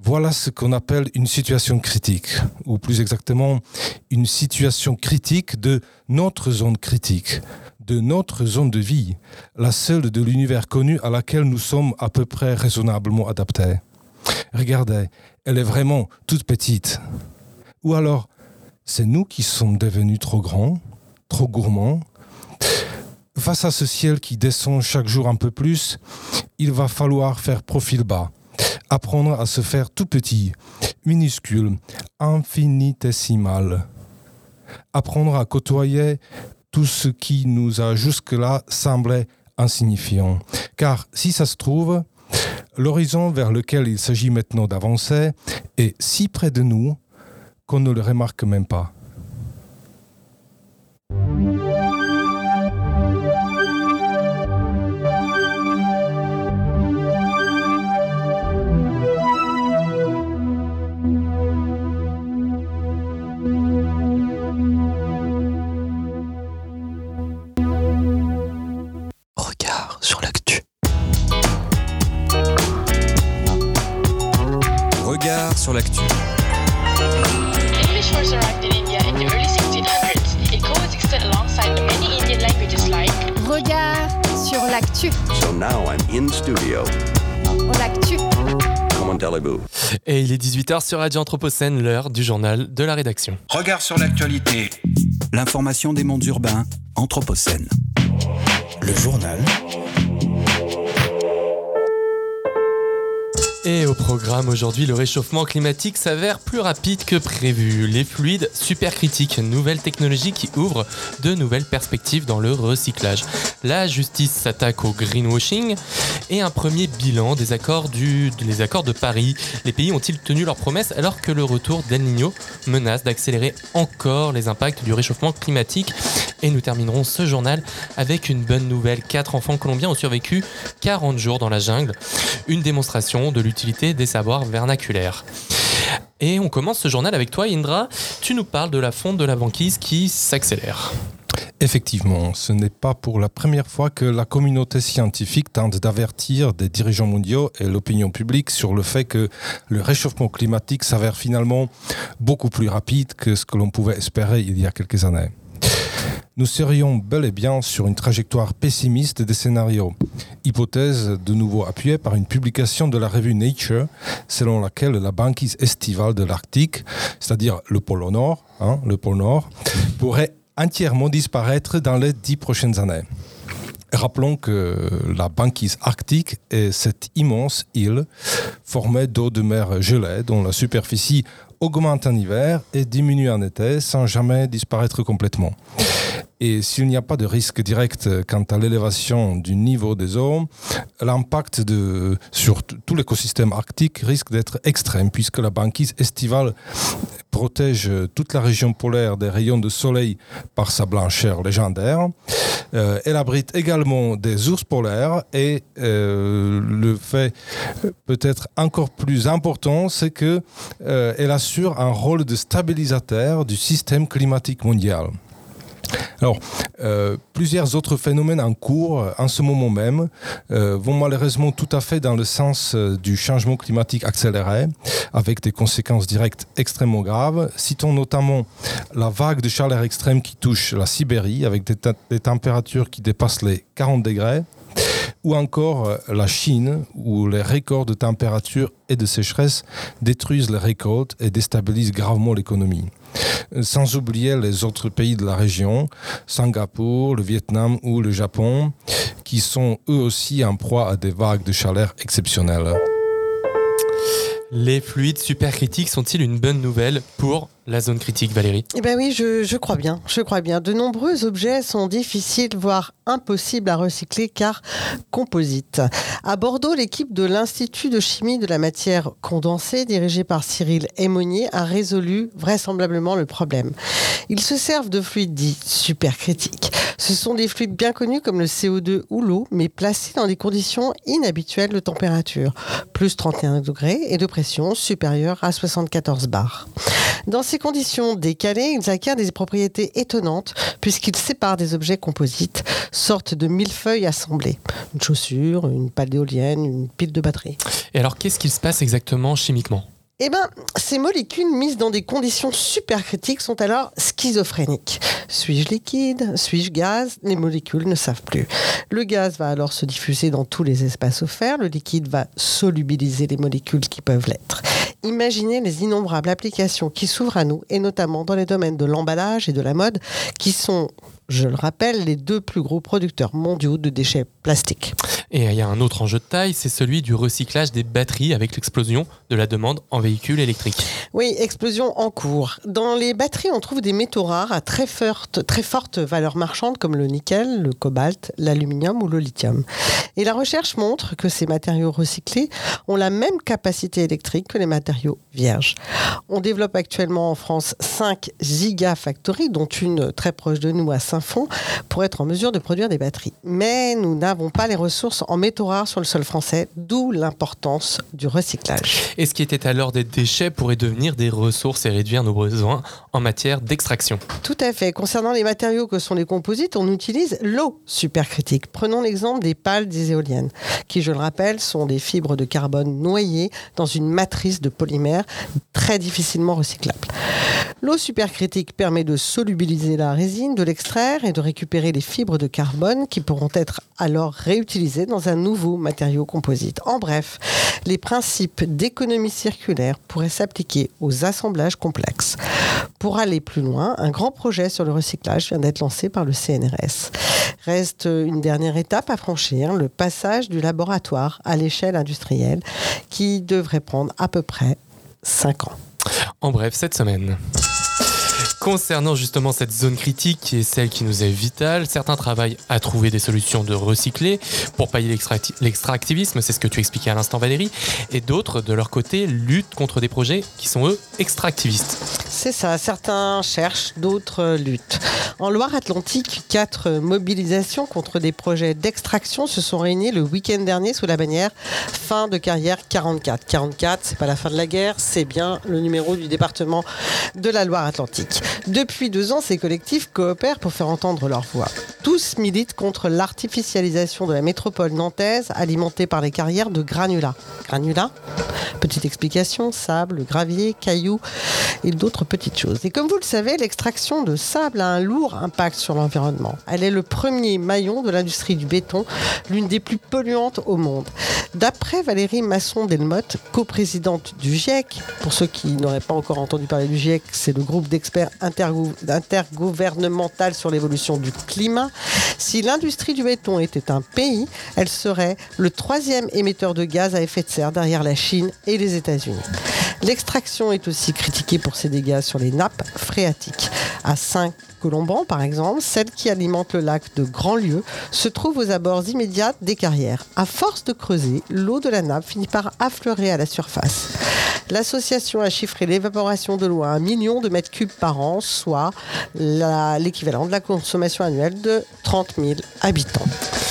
Voilà ce qu'on appelle une situation critique, ou plus exactement une situation critique de notre zone critique, de notre zone de vie, la seule de l'univers connu à laquelle nous sommes à peu près raisonnablement adaptés. Regardez, elle est vraiment toute petite. Ou alors, c'est nous qui sommes devenus trop grands, trop gourmands. Face à ce ciel qui descend chaque jour un peu plus, il va falloir faire profil bas. Apprendre à se faire tout petit, minuscule, infinitésimal. Apprendre à côtoyer tout ce qui nous a jusque-là semblé insignifiant. Car si ça se trouve, l'horizon vers lequel il s'agit maintenant d'avancer est si près de nous qu'on ne le remarque même pas. Regard sur l'actu. Regard sur l'actu. English first arrived in India in the early 1600s. It coexisted alongside many Indian languages like Regard sur l'actu. So now I'm in studio. L'actu. Comment allez-vous? Et il est 18h sur Radio Anthropocène, l'heure du journal de la rédaction. Regard sur l'actualité. L'information des mondes urbains, Anthropocène. Le journal. Et au programme aujourd'hui, le réchauffement climatique s'avère plus rapide que prévu. Les fluides supercritiques, nouvelle technologie qui ouvre de nouvelles perspectives dans le recyclage. La justice s'attaque au greenwashing et un premier bilan des accords de Paris. Les pays ont-ils tenu leurs promesses alors que le retour d'El Niño menace d'accélérer encore les impacts du réchauffement climatique? Et nous terminerons ce journal avec une bonne nouvelle. 4 enfants colombiens ont survécu 40 jours dans la jungle. Une démonstration de l'utilité des savoirs vernaculaires. Et on commence ce journal avec toi, Indra. Tu nous parles de la fonte de la banquise qui s'accélère. Effectivement, ce n'est pas pour la première fois que la communauté scientifique tente d'avertir des dirigeants mondiaux et l'opinion publique sur le fait que le réchauffement climatique s'avère finalement beaucoup plus rapide que ce que l'on pouvait espérer il y a quelques années. Nous serions bel et bien sur une trajectoire pessimiste des scénarios. Hypothèse de nouveau appuyée par une publication de la revue Nature, selon laquelle la banquise estivale de l'Arctique, c'est-à-dire le pôle Nord, pourrait entièrement disparaître dans les 10 prochaines années. Rappelons que la banquise arctique est cette immense île formée d'eau de mer gelée dont la superficie augmente en hiver et diminue en été sans jamais disparaître complètement. Et s'il n'y a pas de risque direct quant à l'élévation du niveau des eaux, l'impact sur tout l'écosystème arctique risque d'être extrême puisque la banquise estivale protège toute la région polaire des rayons de soleil par sa blancheur légendaire. Elle abrite également des ours polaires et le fait peut-être encore plus important, c'est que elle assure un rôle de stabilisateur du système climatique mondial. Alors, plusieurs autres phénomènes en cours en ce moment même vont malheureusement tout à fait dans le sens du changement climatique accéléré, avec des conséquences directes extrêmement graves. Citons notamment la vague de chaleur extrême qui touche la Sibérie, avec des températures qui dépassent les 40 degrés, ou encore la Chine, où les records de température et de sécheresse détruisent les récoltes et déstabilisent gravement l'économie. Sans oublier les autres pays de la région, Singapour, le Vietnam ou le Japon, qui sont eux aussi en proie à des vagues de chaleur exceptionnelles. Les fluides supercritiques sont-ils une bonne nouvelle pour la zone critique, Valérie? Eh bien oui, je crois bien. De nombreux objets sont difficiles, voire impossibles à recycler car composites. À Bordeaux, l'équipe de l'Institut de chimie de la matière condensée, dirigée par Cyril Aymonier, a résolu vraisemblablement le problème. Ils se servent de fluides dits supercritiques. Ce sont des fluides bien connus comme le CO2 ou l'eau, mais placés dans des conditions inhabituelles de température, plus 31 degrés et de pression supérieure à 74 bars. Dans ces conditions décalées, ils acquièrent des propriétés étonnantes puisqu'ils séparent des objets composites, sorte de millefeuilles assemblés. Une chaussure, une pale d'éolienne, une pile de batterie. Et alors, qu'est-ce qu'il se passe exactement chimiquement ? Eh bien, ces molécules mises dans des conditions supercritiques sont alors schizophréniques. Suis-je liquide ? Suis-je gaz ? Les molécules ne savent plus. Le gaz va alors se diffuser dans tous les espaces offerts. Le liquide va solubiliser les molécules qui peuvent l'être. Imaginez les innombrables applications qui s'ouvrent à nous, et notamment dans les domaines de l'emballage et de la mode, qui sont, je le rappelle, les 2 plus gros producteurs mondiaux de déchets plastiques. Et il y a un autre enjeu de taille, c'est celui du recyclage des batteries avec l'explosion de la demande en véhicules électriques. Oui, explosion en cours. Dans les batteries, on trouve des métaux rares à très forte valeur marchande comme le nickel, le cobalt, l'aluminium ou le lithium. Et la recherche montre que ces matériaux recyclés ont la même capacité électrique que les matériaux vierges. On développe actuellement en France 5 gigafactories, dont une très proche de nous à Saint-Fond, pour être en mesure de produire des batteries. Mais nous n'avons pas les ressources en métaux rares sur le sol français, d'où l'importance du recyclage. Et ce qui était alors des déchets pourrait devenir des ressources et réduire nos besoins en matière d'extraction. Tout à fait. Concernant les matériaux que sont les composites, on utilise l'eau supercritique. Prenons l'exemple des pales des éoliennes, qui, je le rappelle, sont des fibres de carbone noyées dans une matrice de polymères très difficilement recyclables. L'eau supercritique permet de solubiliser la résine, de l'extraire et de récupérer les fibres de carbone qui pourront être alors réutilisées dans un nouveau matériau composite. En bref, les principes d'économie circulaire pourraient s'appliquer aux assemblages complexes. Pour aller plus loin, un grand projet sur le recyclage vient d'être lancé par le CNRS. Reste une dernière étape à franchir, le passage du laboratoire à l'échelle industrielle qui devrait prendre à peu près 5 ans. En bref, cette semaine. Concernant justement cette zone critique qui est celle qui nous est vitale, certains travaillent à trouver des solutions de recycler pour pallier l'extractivisme, c'est ce que tu expliquais à l'instant Valérie, et d'autres, de leur côté, luttent contre des projets qui sont eux extractivistes. C'est ça, certains cherchent, d'autres luttent. En Loire-Atlantique, 4 mobilisations contre des projets d'extraction se sont réunies le week-end dernier sous la bannière Fin de carrière 44. 44, c'est pas la fin de la guerre, c'est bien le numéro du département de la Loire-Atlantique. Depuis 2 ans, ces collectifs coopèrent pour faire entendre leur voix. Tous militent contre l'artificialisation de la métropole nantaise alimentée par les carrières de granulats. Granulats ? Petite explication, sable, gravier, cailloux et d'autres petites choses. Et comme vous le savez, l'extraction de sable a un lourd impact sur l'environnement. Elle est le premier maillon de l'industrie du béton, l'une des plus polluantes au monde. D'après Valérie Masson-Delmotte, coprésidente du GIEC, pour ceux qui n'auraient pas encore entendu parler du GIEC, c'est le groupe d'experts intergouvernemental sur l'évolution du climat. Si l'industrie du béton était un pays, elle serait le 3e émetteur de gaz à effet de serre derrière la Chine et les États-Unis. L'extraction est aussi critiquée pour ses dégâts sur les nappes phréatiques. À Saint-Colomban, par exemple, celle qui alimente le lac de Grandlieu se trouve aux abords immédiats des carrières. À force de creuser, l'eau de la nappe finit par affleurer à la surface. L'association a chiffré l'évaporation de l'eau à 1 million de mètres cubes par an, soit l'équivalent de la consommation annuelle de 30 000 habitants.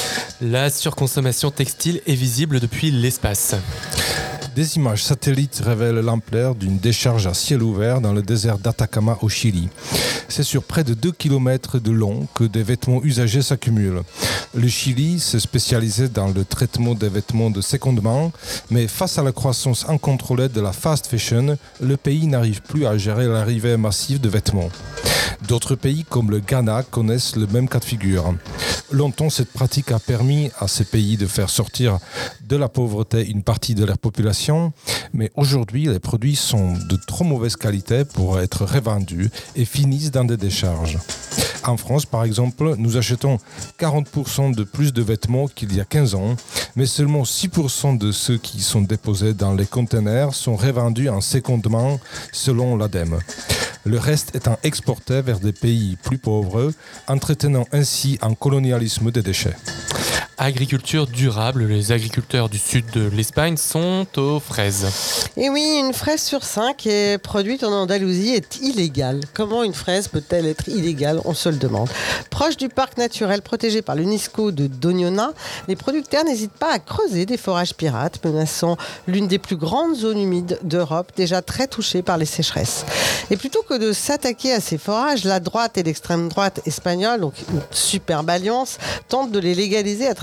La surconsommation textile est visible depuis l'espace. Des images satellites révèlent l'ampleur d'une décharge à ciel ouvert dans le désert d'Atacama au Chili. C'est sur près de 2 km de long que des vêtements usagés s'accumulent. Le Chili s'est spécialisé dans le traitement des vêtements de seconde main, mais face à la croissance incontrôlée de la fast fashion, le pays n'arrive plus à gérer l'arrivée massive de vêtements. D'autres pays comme le Ghana connaissent le même cas de figure. Longtemps, cette pratique a permis à ces pays de faire sortir de la pauvreté une partie de leur population, mais aujourd'hui, les produits sont de trop mauvaise qualité pour être revendus et finissent dans des décharges. En France, par exemple, nous achetons 40% de plus de vêtements qu'il y a 15 ans, mais seulement 6% de ceux qui sont déposés dans les conteneurs sont revendus en seconde main selon l'ADEME. Le reste étant exporté vers des pays plus pauvres, entretenant ainsi un colonialisme des déchets. Agriculture durable, les agriculteurs du sud de l'Espagne sont aux fraises. Et oui, une fraise sur 5 qui est produite en Andalousie est illégale. Comment une fraise peut-elle être illégale ? On se le demande. Proche du parc naturel protégé par l'UNESCO de Doñana, les producteurs n'hésitent pas à creuser des forages pirates, menaçant l'une des plus grandes zones humides d'Europe, déjà très touchée par les sécheresses. Et plutôt que de s'attaquer à ces forages, la droite et l'extrême droite espagnole, donc une superbe alliance, tentent de les légaliser à travers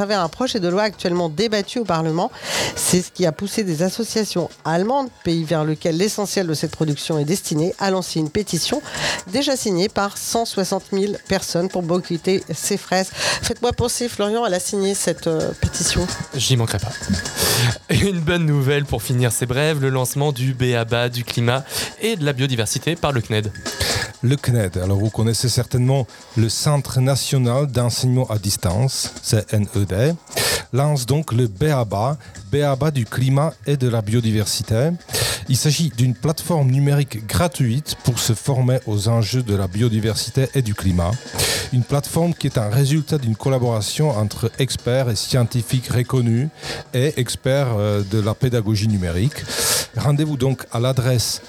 travers un projet de loi actuellement débattu au Parlement. C'est ce qui a poussé des associations allemandes, pays vers lequel l'essentiel de cette production est destiné, à lancer une pétition déjà signée par 160 000 personnes pour boycotter ces fraises. Faites-moi penser, Florian, elle a signé cette pétition. J'y manquerai pas. Une bonne nouvelle pour finir ces brèves, le lancement du BABA du climat et de la biodiversité par le CNED. Le CNED, alors vous connaissez certainement le Centre national d'enseignement à distance, CNED, lance donc le BABA du climat et de la biodiversité. Il s'agit d'une plateforme numérique gratuite pour se former aux enjeux de la biodiversité et du climat. Une plateforme qui est un résultat d'une collaboration entre experts et scientifiques reconnus et experts de la pédagogie numérique. Rendez-vous donc à l'adresse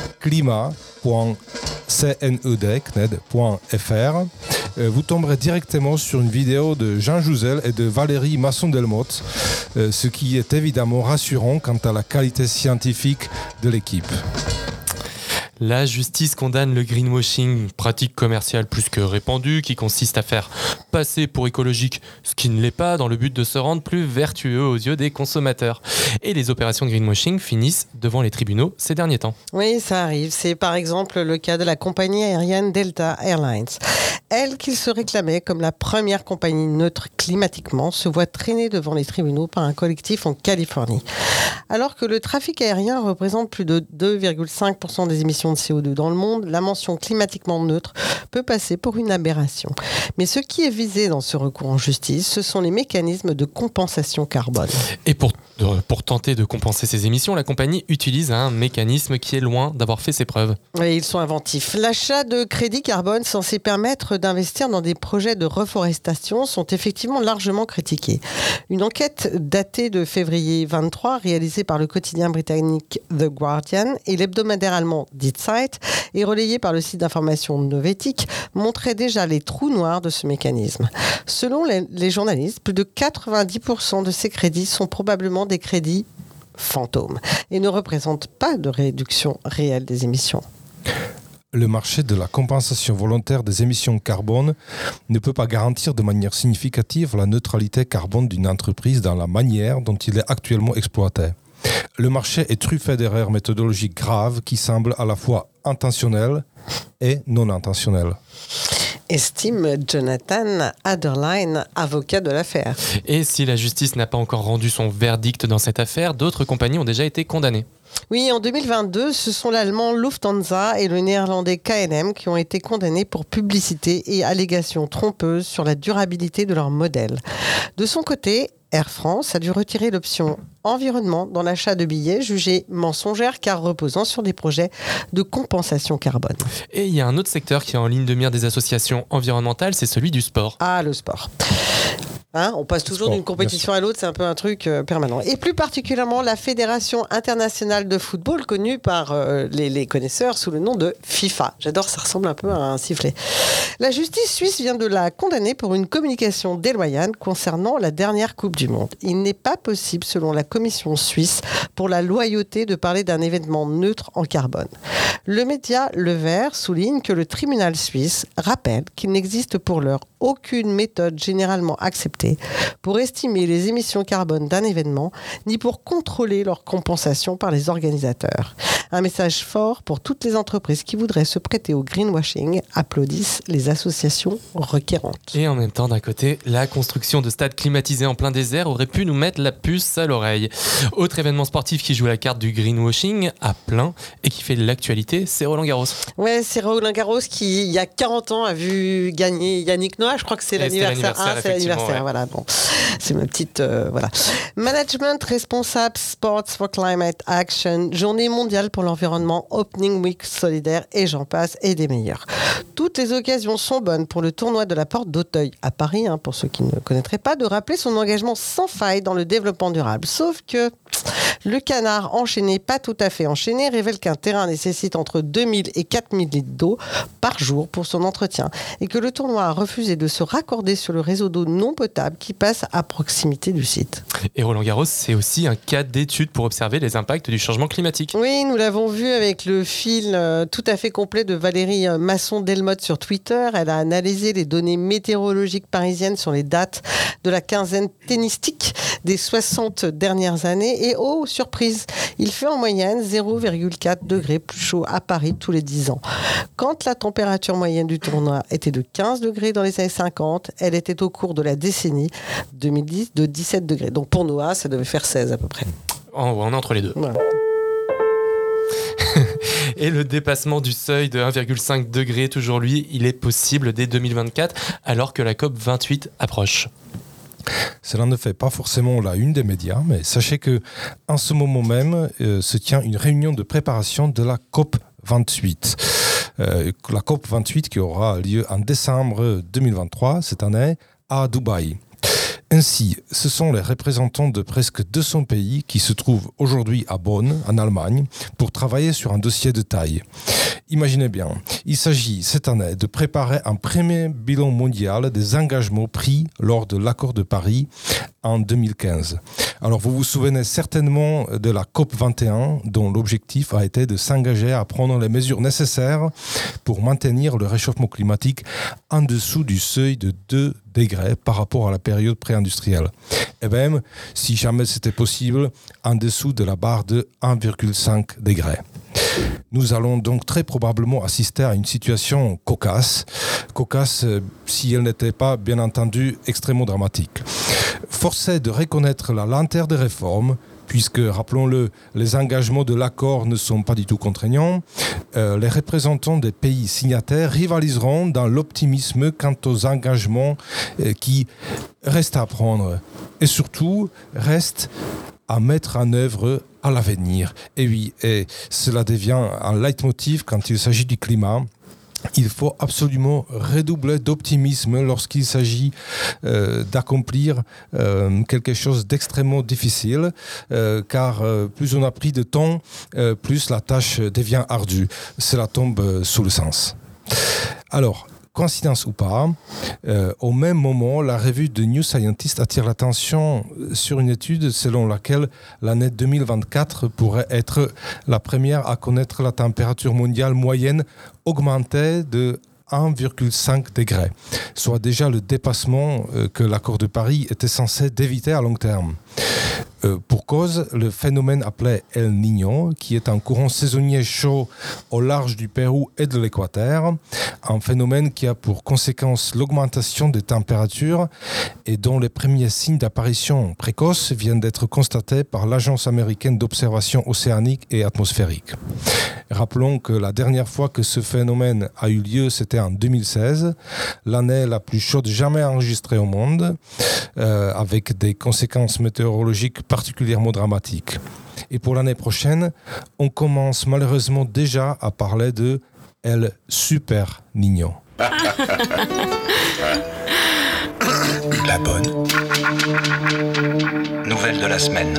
climat.cned.fr. Vous tomberez directement sur une vidéo de Jean Jouzel et de Valérie Masson-Delmotte, ce qui est évidemment rassurant quant à la qualité scientifique de l'équipe. La justice condamne le greenwashing, pratique commerciale plus que répandue, qui consiste à faire passer pour écologique ce qui ne l'est pas, dans le but de se rendre plus vertueux aux yeux des consommateurs. Et les opérations de greenwashing finissent devant les tribunaux ces derniers temps. Oui, ça arrive. C'est par exemple le cas de la compagnie aérienne Delta Airlines. Elle, qui se réclamait comme la première compagnie neutre climatiquement, se voit traîner devant les tribunaux par un collectif en Californie. Alors que le trafic aérien représente plus de 2,5% des émissions de CO2 dans le monde, la mention climatiquement neutre peut passer pour une aberration. Mais ce qui est visé dans ce recours en justice, ce sont les mécanismes de compensation carbone. Et pour tenter de compenser ces émissions, la compagnie utilise un mécanisme qui est loin d'avoir fait ses preuves. Oui, ils sont inventifs. L'achat de crédits carbone censés permettre d'investir dans des projets de reforestation sont effectivement largement critiqués. Une enquête datée de février 23, réalisée par le quotidien britannique The Guardian et l'hebdomadaire allemand Die Zeit, et relayée par le site d'information Novetic, montrait déjà les trous noirs de ce mécanisme. Selon les journalistes, plus de 90% de ces crédits sont probablement des crédits fantômes et ne représentent pas de réduction réelle des émissions. Le marché de la compensation volontaire des émissions carbone ne peut pas garantir de manière significative la neutralité carbone d'une entreprise dans la manière dont il est actuellement exploité. Le marché est truffé d'erreurs méthodologiques graves qui semblent à la fois intentionnelles et non intentionnelles. Estime Jonathan Adderline, avocat de l'affaire. Et si la justice n'a pas encore rendu son verdict dans cette affaire, d'autres compagnies ont déjà été condamnées. Oui, en 2022, ce sont l'allemand Lufthansa et le néerlandais KLM qui ont été condamnés pour publicité et allégations trompeuses sur la durabilité de leur modèle. De son côté, Air France a dû retirer l'option environnement dans l'achat de billets, jugée mensongère car reposant sur des projets de compensation carbone. Et il y a un autre secteur qui est en ligne de mire des associations environnementales, c'est celui du sport. Ah, le sport. On passe toujours d'une compétition à l'autre, c'est un peu un truc permanent. Et plus particulièrement la Fédération internationale de football, connue par les connaisseurs sous le nom de FIFA. J'adore, ça ressemble un peu à un sifflet. La justice suisse vient de la condamner pour une communication déloyale concernant la dernière Coupe du Monde. Il n'est pas possible, selon la Commission suisse, pour la loyauté de parler d'un événement neutre en carbone. Le média Le Vert souligne que le tribunal suisse rappelle qu'il n'existe pour l'heure aucune méthode généralement acceptée pour estimer les émissions carbone d'un événement, ni pour contrôler leur compensation par les organisateurs. Un message fort pour toutes les entreprises qui voudraient se prêter au greenwashing, applaudissent les associations requérantes. Et en même temps, d'un côté, la construction de stades climatisés en plein désert aurait pu nous mettre la puce à l'oreille. Autre événement sportif qui joue la carte du greenwashing à plein et qui fait l'actualité, c'est Roland Garros. Ouais, c'est Roland Garros qui, il y a 40 ans, a vu gagner Yannick Noah. Je crois que c'est l'anniversaire. C'est l'anniversaire, ouais. Voilà. Bon, c'est ma petite voilà. Management responsable, Sports for Climate Action, Journée mondiale pour l'environnement, Opening Week solidaire et j'en passe et des meilleurs. Toutes les occasions sont bonnes pour le tournoi de la Porte d'Auteuil à Paris, pour ceux qui ne connaîtraient pas, de rappeler son engagement sans faille dans le développement durable. Sauf que Le canard enchaîné, pas tout à fait enchaîné, révèle qu'un terrain nécessite entre 2000 et 4000 litres d'eau par jour pour son entretien et que le tournoi a refusé de se raccorder sur le réseau d'eau non potable qui passe à proximité du site. Et Roland-Garros, c'est aussi un cas d'étude pour observer les impacts du changement climatique. Oui, nous l'avons vu avec le fil tout à fait complet de Valérie Masson-Delmotte sur Twitter. Elle a analysé les données météorologiques parisiennes sur les dates de la quinzaine tennistique des 60 dernières années. Et oh, surprise, il fait en moyenne 0,4 degrés plus chaud à Paris tous les 10 ans. Quand la température moyenne du tournoi était de 15 degrés dans les années 50, elle était au cours de la décennie 2010 de 17 degrés. Donc pour Noah, ça devait faire 16 à peu près. On est entre les deux. Voilà. Et le dépassement du seuil de 1,5 degré, toujours lui, il est possible dès 2024, alors que la COP28 approche. Cela ne fait pas forcément la une des médias, mais sachez qu'en ce moment même se tient une réunion de préparation de la COP28. La COP28 qui aura lieu en décembre 2023, cette année, à Dubaï. Ainsi, ce sont les représentants de presque 200 pays qui se trouvent aujourd'hui à Bonn, en Allemagne, pour travailler sur un dossier de taille. Imaginez bien, il s'agit cette année de préparer un premier bilan mondial des engagements pris lors de l'accord de Paris en 2015. Alors vous vous souvenez certainement de la COP21 dont l'objectif a été de s'engager à prendre les mesures nécessaires pour maintenir le réchauffement climatique en dessous du seuil de 2 degrés par rapport à la période pré-industrielle. Et même, si jamais c'était possible, en dessous de la barre de 1,5 degrés. Nous allons donc très probablement assister à une situation cocasse si elle n'était pas, bien entendu, extrêmement dramatique. Forcé de reconnaître la lenteur des réformes, puisque, rappelons-le, les engagements de l'accord ne sont pas du tout contraignants, les représentants des pays signataires rivaliseront dans l'optimisme quant aux engagements qui restent à prendre et surtout restent à mettre en œuvre à l'avenir. Et oui, et cela devient un leitmotiv quand il s'agit du climat. Il faut absolument redoubler d'optimisme lorsqu'il s'agit d'accomplir quelque chose d'extrêmement difficile, car plus on a pris de temps, plus la tâche devient ardue. Cela tombe sous le sens. Alors, coïncidence ou pas, au même moment, la revue de New Scientist attire l'attention sur une étude selon laquelle l'année 2024 pourrait être la première à connaître la température mondiale moyenne augmentée de 1,5 degrés, soit déjà le dépassement que l'accord de Paris était censé d'éviter à long terme. Pour cause, le phénomène appelé El Niño, qui est un courant saisonnier chaud au large du Pérou et de l'Équateur, un phénomène qui a pour conséquence l'augmentation des températures et dont les premiers signes d'apparition précoce viennent d'être constatés par l'Agence américaine d'observation océanique et atmosphérique. Rappelons que la dernière fois que ce phénomène a eu lieu, c'était en 2016, l'année la plus chaude jamais enregistrée au monde, avec des conséquences météorologiques particulièrement dramatiques. Et pour l'année prochaine, on commence malheureusement déjà à parler de El Super Niño. La bonne nouvelle de la semaine.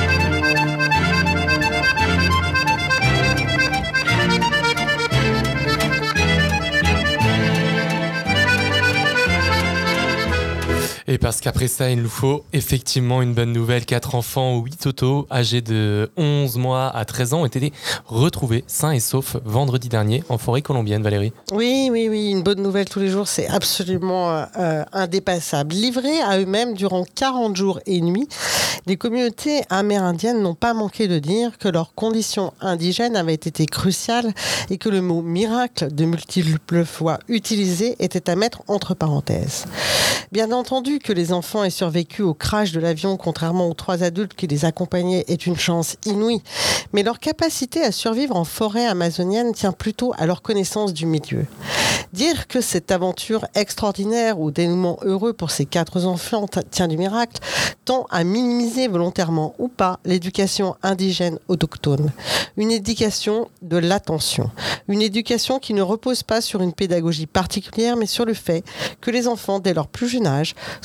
Et parce qu'après ça, il nous faut effectivement une bonne nouvelle. 4 enfants, 8 totaux, âgés de 11 mois à 13 ans, ont été retrouvés sains et saufs vendredi dernier en forêt colombienne, Valérie. Oui, une bonne nouvelle tous les jours, c'est absolument indépassable. Livrés à eux-mêmes durant 40 jours et nuits, les communautés amérindiennes n'ont pas manqué de dire que leurs conditions indigènes avaient été cruciales et que le mot miracle, de multiples fois utilisé, était à mettre entre parenthèses. Bien entendu que les enfants aient survécu au crash de l'avion, contrairement aux 3 adultes qui les accompagnaient, est une chance inouïe. Mais leur capacité à survivre en forêt amazonienne tient plutôt à leur connaissance du milieu. Dire que cette aventure extraordinaire ou dénouement heureux pour ces 4 enfants tient du miracle tend à minimiser volontairement ou pas l'éducation indigène autochtone. Une éducation de l'attention. Une éducation qui ne repose pas sur une pédagogie particulière, mais sur le fait que les enfants, dès leur plus jeune âge,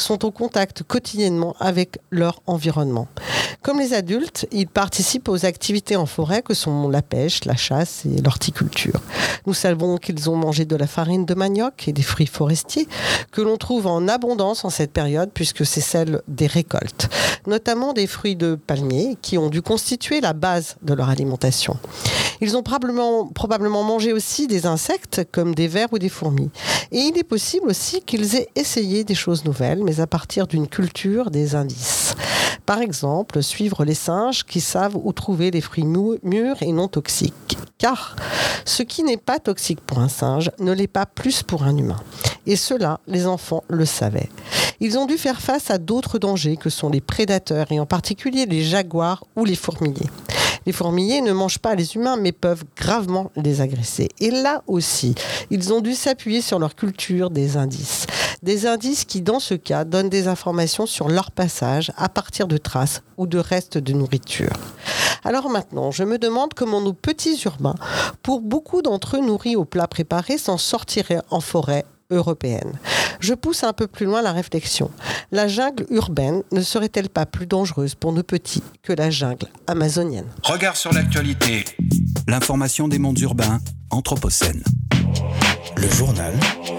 sont au contact quotidiennement avec leur environnement. Comme les adultes, ils participent aux activités en forêt que sont la pêche, la chasse et l'horticulture. Nous savons qu'ils ont mangé de la farine de manioc et des fruits forestiers que l'on trouve en abondance en cette période puisque c'est celle des récoltes, notamment des fruits de palmier qui ont dû constituer la base de leur alimentation. Ils ont probablement mangé aussi des insectes comme des vers ou des fourmis. Et il est possible aussi qu'ils aient essayé des choses nouvelles, mais à partir d'une culture des indices. Par exemple, suivre les singes qui savent où trouver les fruits mûrs et non toxiques. Car ce qui n'est pas toxique pour un singe ne l'est pas plus pour un humain. Et cela, les enfants le savaient. Ils ont dû faire face à d'autres dangers que sont les prédateurs et en particulier les jaguars ou les fourmiliers. Les fourmiliers ne mangent pas les humains mais peuvent gravement les agresser. Et là aussi, ils ont dû s'appuyer sur leur culture des indices. Des indices qui, dans ce cas, donnent des informations sur leur passage à partir de traces ou de restes de nourriture. Alors maintenant, je me demande comment nos petits urbains, pour beaucoup d'entre eux nourris aux plats préparés, s'en sortiraient en forêt européenne. Je pousse un peu plus loin la réflexion. La jungle urbaine ne serait-elle pas plus dangereuse pour nos petits que la jungle amazonienne ? Regard sur l'actualité. L'information des mondes urbains, Anthropocène. Le journal.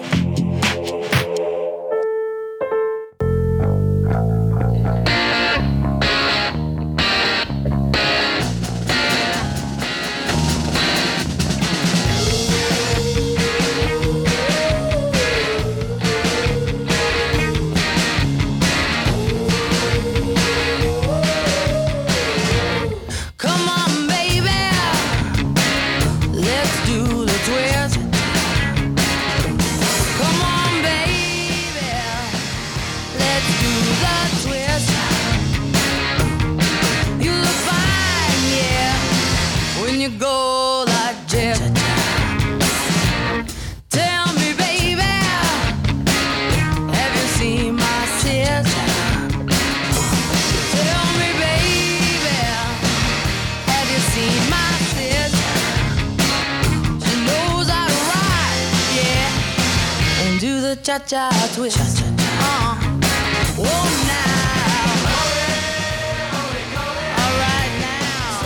Cha-cha twist. Whoa now. All right now.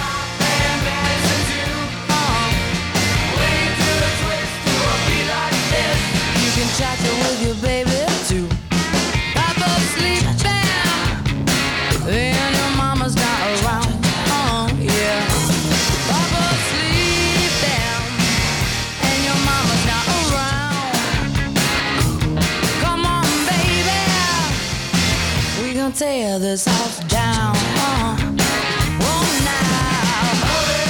Wait till the twist will be like this. You can cha-cha with your baby too. Papa sleep down, and your mama's not around. Yeah. Papa sleep down, and your mama's not around. Tear this house down. Whoa now.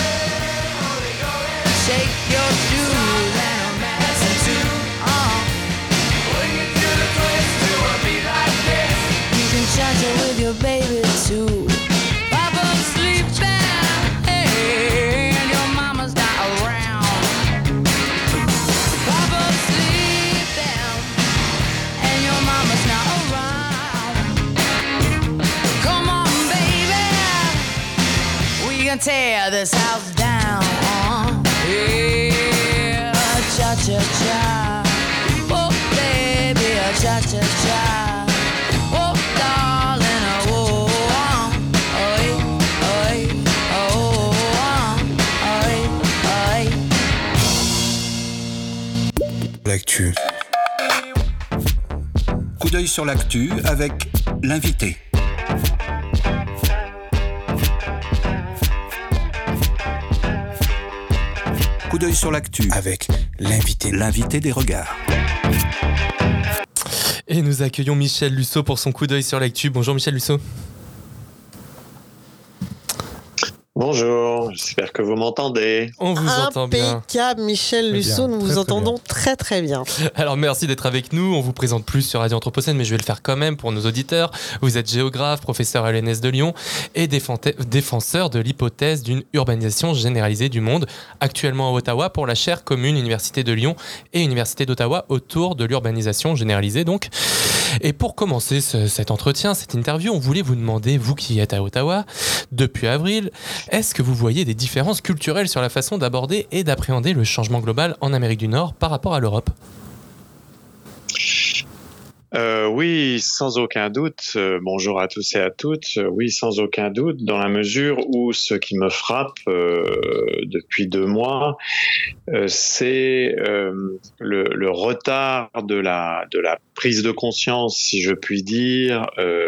Shake your shoes and listen to. Bring it to the twist to be like this. You can cha-cha with your baby too. Papa sleep down, hey, and your mama's not around. Papa sleep down, and your mama's not around. We can tear this house down. Yeah, cha-cha-cha. Oh, baby, cha-cha-cha. Oh, darling, oh, L'actu. Coup d'œil sur l'actu avec l'invité. Coup d'œil sur l'actu avec l'invité des regards. Et nous accueillons Michel Lusseau pour son coup d'œil sur l'actu. Bonjour Michel Lusseau. Bonjour, j'espère que vous m'entendez. On vous entend bien. Impeccable, Michel Lusseau, nous vous entendons très très bien. Alors merci d'être avec nous, on vous présente plus sur Radio Anthropocène, mais je vais le faire quand même pour nos auditeurs. Vous êtes géographe, professeur à l'ENS de Lyon et défenseur de l'hypothèse d'une urbanisation généralisée du monde, actuellement à Ottawa pour la chaire commune Université de Lyon et Université d'Ottawa autour de l'urbanisation généralisée donc. Et pour commencer cet entretien, cette interview, on voulait vous demander, vous qui êtes à Ottawa depuis avril, est-ce que vous voyez des différences culturelles sur la façon d'aborder et d'appréhender le changement global en Amérique du Nord par rapport à l'Europe ? Oui, sans aucun doute. Bonjour à tous et à toutes. Oui, sans aucun doute, dans la mesure où ce qui me frappe depuis 2 mois, c'est le retard de la prise de conscience, si je puis dire,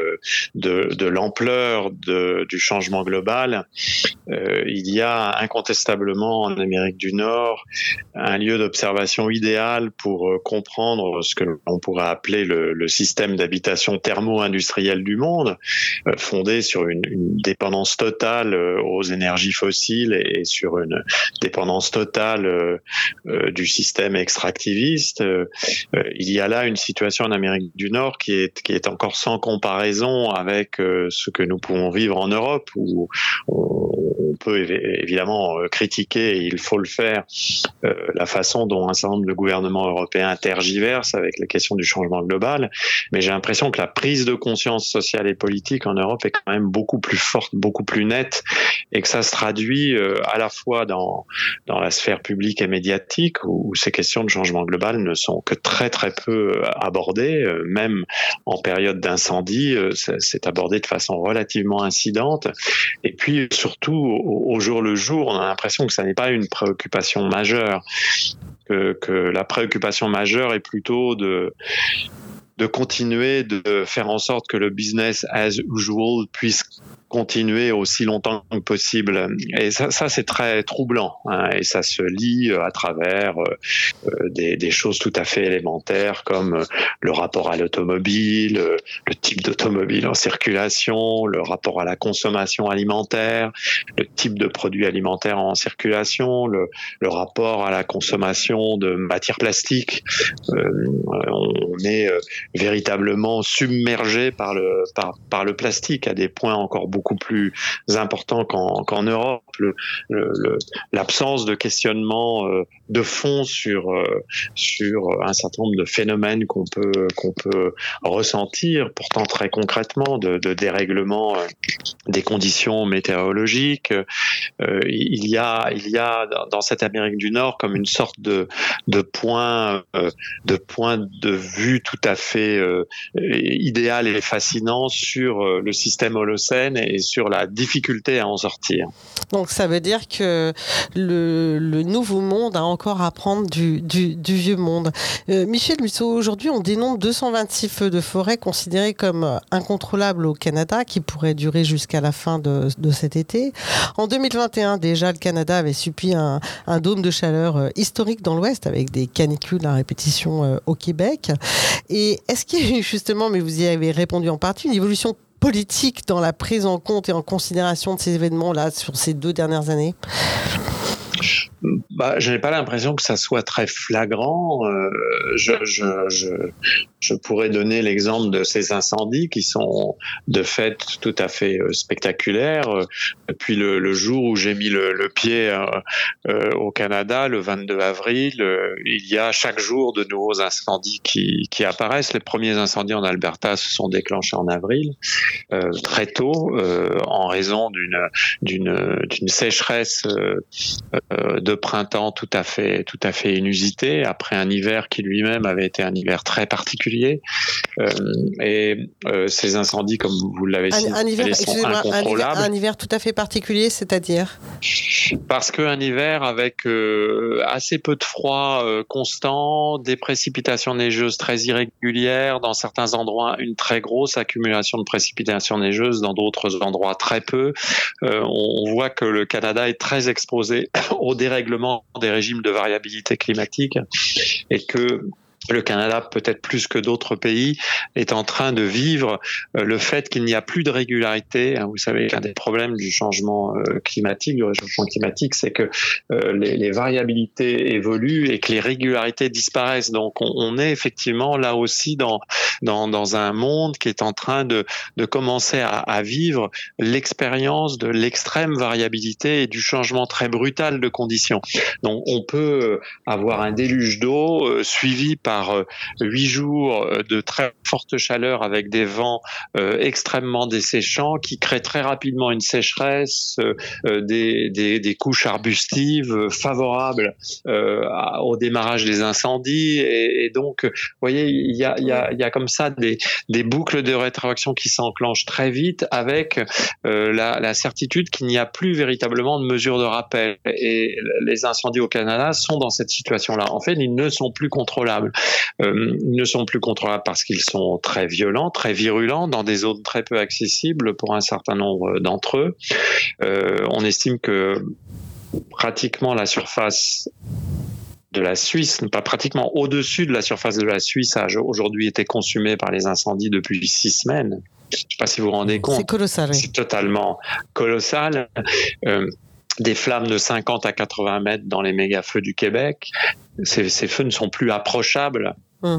de l'ampleur du changement global. Il y a incontestablement en Amérique du Nord un lieu d'observation idéal pour comprendre ce que l'on pourrait appeler le système d'habitation thermo-industrielle du monde, fondé sur une dépendance totale aux énergies fossiles et sur une dépendance totale du système extractiviste. Il y a là une situation en Amérique du Nord qui est encore sans comparaison avec ce que nous pouvons vivre en Europe, où on peut évidemment critiquer, et il faut le faire, la façon dont un certain nombre de gouvernements européens tergiversent avec la question du changement global. Mais j'ai l'impression que la prise de conscience sociale et politique en Europe est quand même beaucoup plus forte, beaucoup plus nette, et que ça se traduit à la fois dans la sphère publique et médiatique, où ces questions de changement global ne sont que très très peu abordées, même en période d'incendie, c'est abordé de façon relativement incidente. Et puis surtout, au jour le jour, on a l'impression que ça n'est pas une préoccupation majeure, que la préoccupation majeure est plutôt de continuer de faire en sorte que le business as usual puisse continuer aussi longtemps que possible. Et ça c'est très troublant, hein, et ça se lit à travers des choses tout à fait élémentaires comme le rapport à l'automobile, le type d'automobile en circulation, le rapport à la consommation alimentaire, le type de produits alimentaires en circulation, le rapport à la consommation de matières plastiques. On est véritablement submergé par le plastique à des points encore beaucoup plus importants qu'en Europe. L'absence de questionnement de fond sur un certain nombre de phénomènes qu'on peut ressentir, pourtant très concrètement, de dérèglement des conditions météorologiques. Il y a dans cette Amérique du Nord comme une sorte de point de vue tout à fait idéal et fascinant sur le système Holocène et sur la difficulté à en sortir. Donc ça veut dire que le nouveau monde a encore à apprendre du vieux monde. Michel Musso, aujourd'hui on dénombre 226 feux de forêt considérés comme incontrôlables au Canada, qui pourraient durer jusqu'à la fin de cet été. En 2021 déjà, le Canada avait subi un dôme de chaleur historique dans l'Ouest, avec des canicules à répétition au Québec. Et est-ce qu'il y a eu justement, mais vous y avez répondu en partie, une évolution politique dans la prise en compte et en considération de ces événements-là sur ces 2 dernières années ? Je n'ai pas l'impression que ça soit très flagrant. Je pourrais donner l'exemple de ces incendies qui sont de fait tout à fait spectaculaires. Depuis le jour où j'ai mis le pied au Canada, le 22 avril, il y a chaque jour de nouveaux incendies qui apparaissent. Les premiers incendies en Alberta se sont déclenchés en avril, très tôt, en raison d'une sécheresse de printemps tout à fait inusité, après un hiver qui lui-même avait été un hiver très particulier. Ces incendies, comme vous l'avez signalé, sont incontrôlables. Un hiver tout à fait particulier, c'est-à-dire ? Parce qu'un hiver avec assez peu de froid constant, des précipitations neigeuses très irrégulières, dans certains endroits une très grosse accumulation de précipitations neigeuses, dans d'autres endroits très peu. On voit que le Canada est très exposé au dérèglement des régimes de variabilité climatique, et que le Canada, peut-être plus que d'autres pays, est en train de vivre le fait qu'il n'y a plus de régularité. Vous savez qu'un des problèmes du changement climatique, du réchauffement climatique, c'est que les variabilités évoluent et que les régularités disparaissent. Donc on est effectivement là aussi dans un monde qui est en train de commencer à vivre l'expérience de l'extrême variabilité et du changement très brutal de conditions. Donc on peut avoir un déluge d'eau suivi par par 8 jours de très forte chaleur avec des vents extrêmement desséchants qui créent très rapidement une sécheresse, des couches arbustives favorables au démarrage des incendies. Et donc, vous voyez, il y a comme ça des boucles de rétroaction qui s'enclenchent très vite avec la certitude qu'il n'y a plus véritablement de mesures de rappel. Et les incendies au Canada sont dans cette situation-là. En fait, ils ne sont plus contrôlables. Ils ne sont plus contrôlables parce qu'ils sont très violents, très virulents, dans des zones très peu accessibles pour un certain nombre d'entre eux. On estime que pratiquement la surface de la Suisse, pas pratiquement au-dessus de la surface de la Suisse, a aujourd'hui été consumée par les incendies depuis 6 semaines. Je ne sais pas si vous vous rendez compte. C'est colossal. Oui. C'est totalement colossal. Des flammes de 50 à 80 mètres dans les méga-feux du Québec. Ces feux ne sont plus approchables.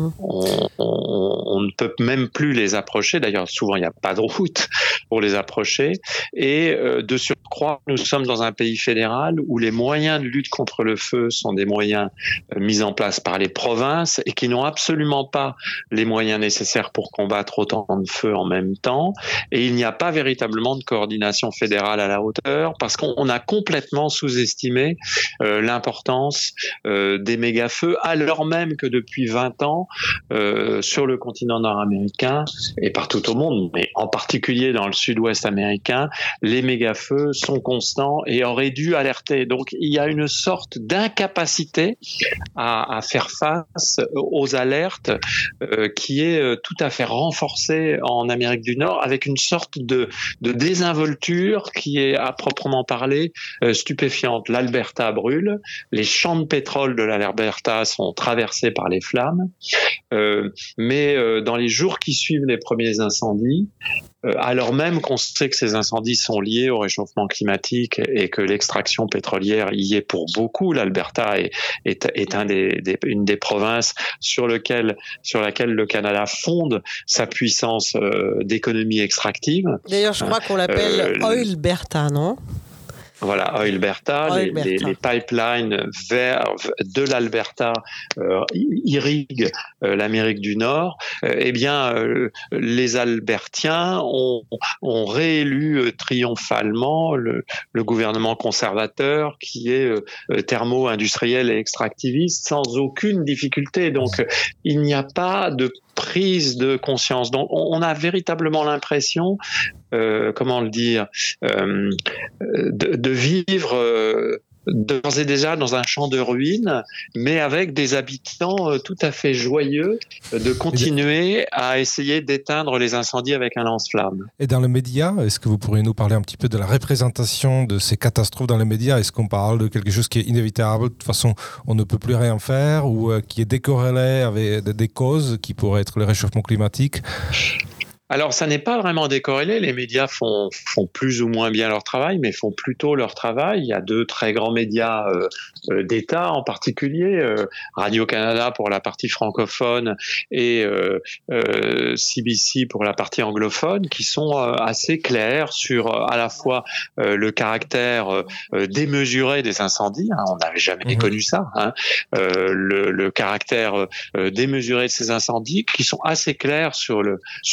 On ne peut même plus les approcher. D'ailleurs, souvent, il n'y a pas de route pour les approcher. Et de surcroît, nous sommes dans un pays fédéral où les moyens de lutte contre le feu sont des moyens mis en place par les provinces et qui n'ont absolument pas les moyens nécessaires pour combattre autant de feux en même temps. Et il n'y a pas véritablement de coordination fédérale à la hauteur parce qu'on a complètement sous-estimé l'importance des méga-feux, alors même que depuis 20 ans, sur le continent nord-américain et partout au monde, mais en particulier dans le sud-ouest américain, les méga-feux sont constants et auraient dû alerter. Donc il y a une sorte d'incapacité à faire face aux alertes qui est tout à fait renforcée en Amérique du Nord avec une sorte de désinvolture qui est à proprement parler stupéfiante. L'Alberta brûle, les champs de pétrole de l'Alberta sont traversés par les flammes. Mais dans les jours qui suivent les premiers incendies, alors même qu'on sait que ces incendies sont liés au réchauffement climatique et que l'extraction pétrolière y est pour beaucoup, l'Alberta est une des provinces sur laquelle le Canada fonde sa puissance d'économie extractive. D'ailleurs, je crois qu'on l'appelle Oilberta, non ? Voilà, Oilberta, les pipelines de l'Alberta irriguent l'Amérique du Nord. Les Albertiens ont réélu triomphalement le gouvernement conservateur qui est thermo-industriel et extractiviste sans aucune difficulté. Donc, il n'y a pas de prise de conscience. Donc, on a véritablement l'impression, comment le dire, de vivre d'ores et déjà dans un champ de ruines, mais avec des habitants tout à fait joyeux de continuer à essayer d'éteindre les incendies avec un lance-flamme. Et dans les médias, est-ce que vous pourriez nous parler un petit peu de la représentation de ces catastrophes dans les médias ? Est-ce qu'on parle de quelque chose qui est inévitable, de toute façon on ne peut plus rien faire, ou qui est décorrélé avec des causes qui pourraient être le réchauffement climatique ? Alors, ça n'est pas vraiment décorrélé. Les médias font plus ou moins bien leur travail, mais font plutôt leur travail. Il y a 2 très grands médias d'État en particulier, Radio-Canada pour la partie francophone et CBC pour la partie anglophone, qui sont assez clairs sur à la fois le caractère démesuré des incendies. On n'avait jamais connu ça. Le caractère démesuré de ces incendies, qui sont assez clairs sur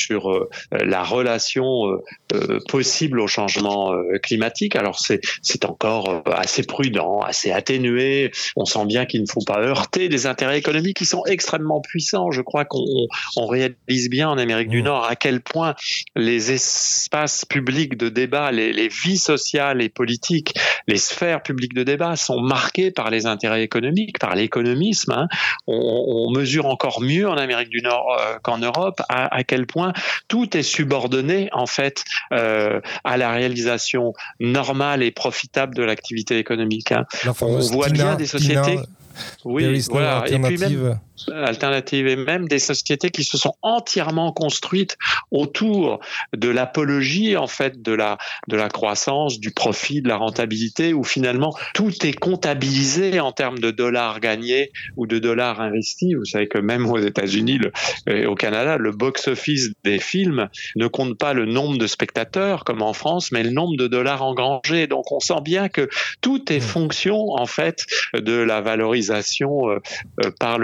la relation possible au changement climatique. Alors c'est encore assez prudent, assez atténué. On sent bien qu'il ne faut pas heurter des intérêts économiques qui sont extrêmement puissants. Je crois qu'on réalise bien en Amérique du Nord à quel point les espaces publics de débat, les vies sociales et politiques, les sphères publiques de débat sont marquées par les intérêts économiques, par l'économisme. On mesure encore mieux en Amérique du Nord qu'en Europe à quel point tout est subordonné en fait à la réalisation normale et profitable de l'activité économique. On voit bien des sociétés. Oui, voilà. Et puis même alternative et même des sociétés qui se sont entièrement construites autour de l'apologie en fait de la croissance, du profit, de la rentabilité, où finalement tout est comptabilisé en termes de dollars gagnés ou de dollars investis. Vous savez que même aux États-Unis et au Canada, le box-office des films ne compte pas le nombre de spectateurs comme en France, mais le nombre de dollars engrangés. Donc on sent bien que tout est fonction en fait de la valorisation par le chiffre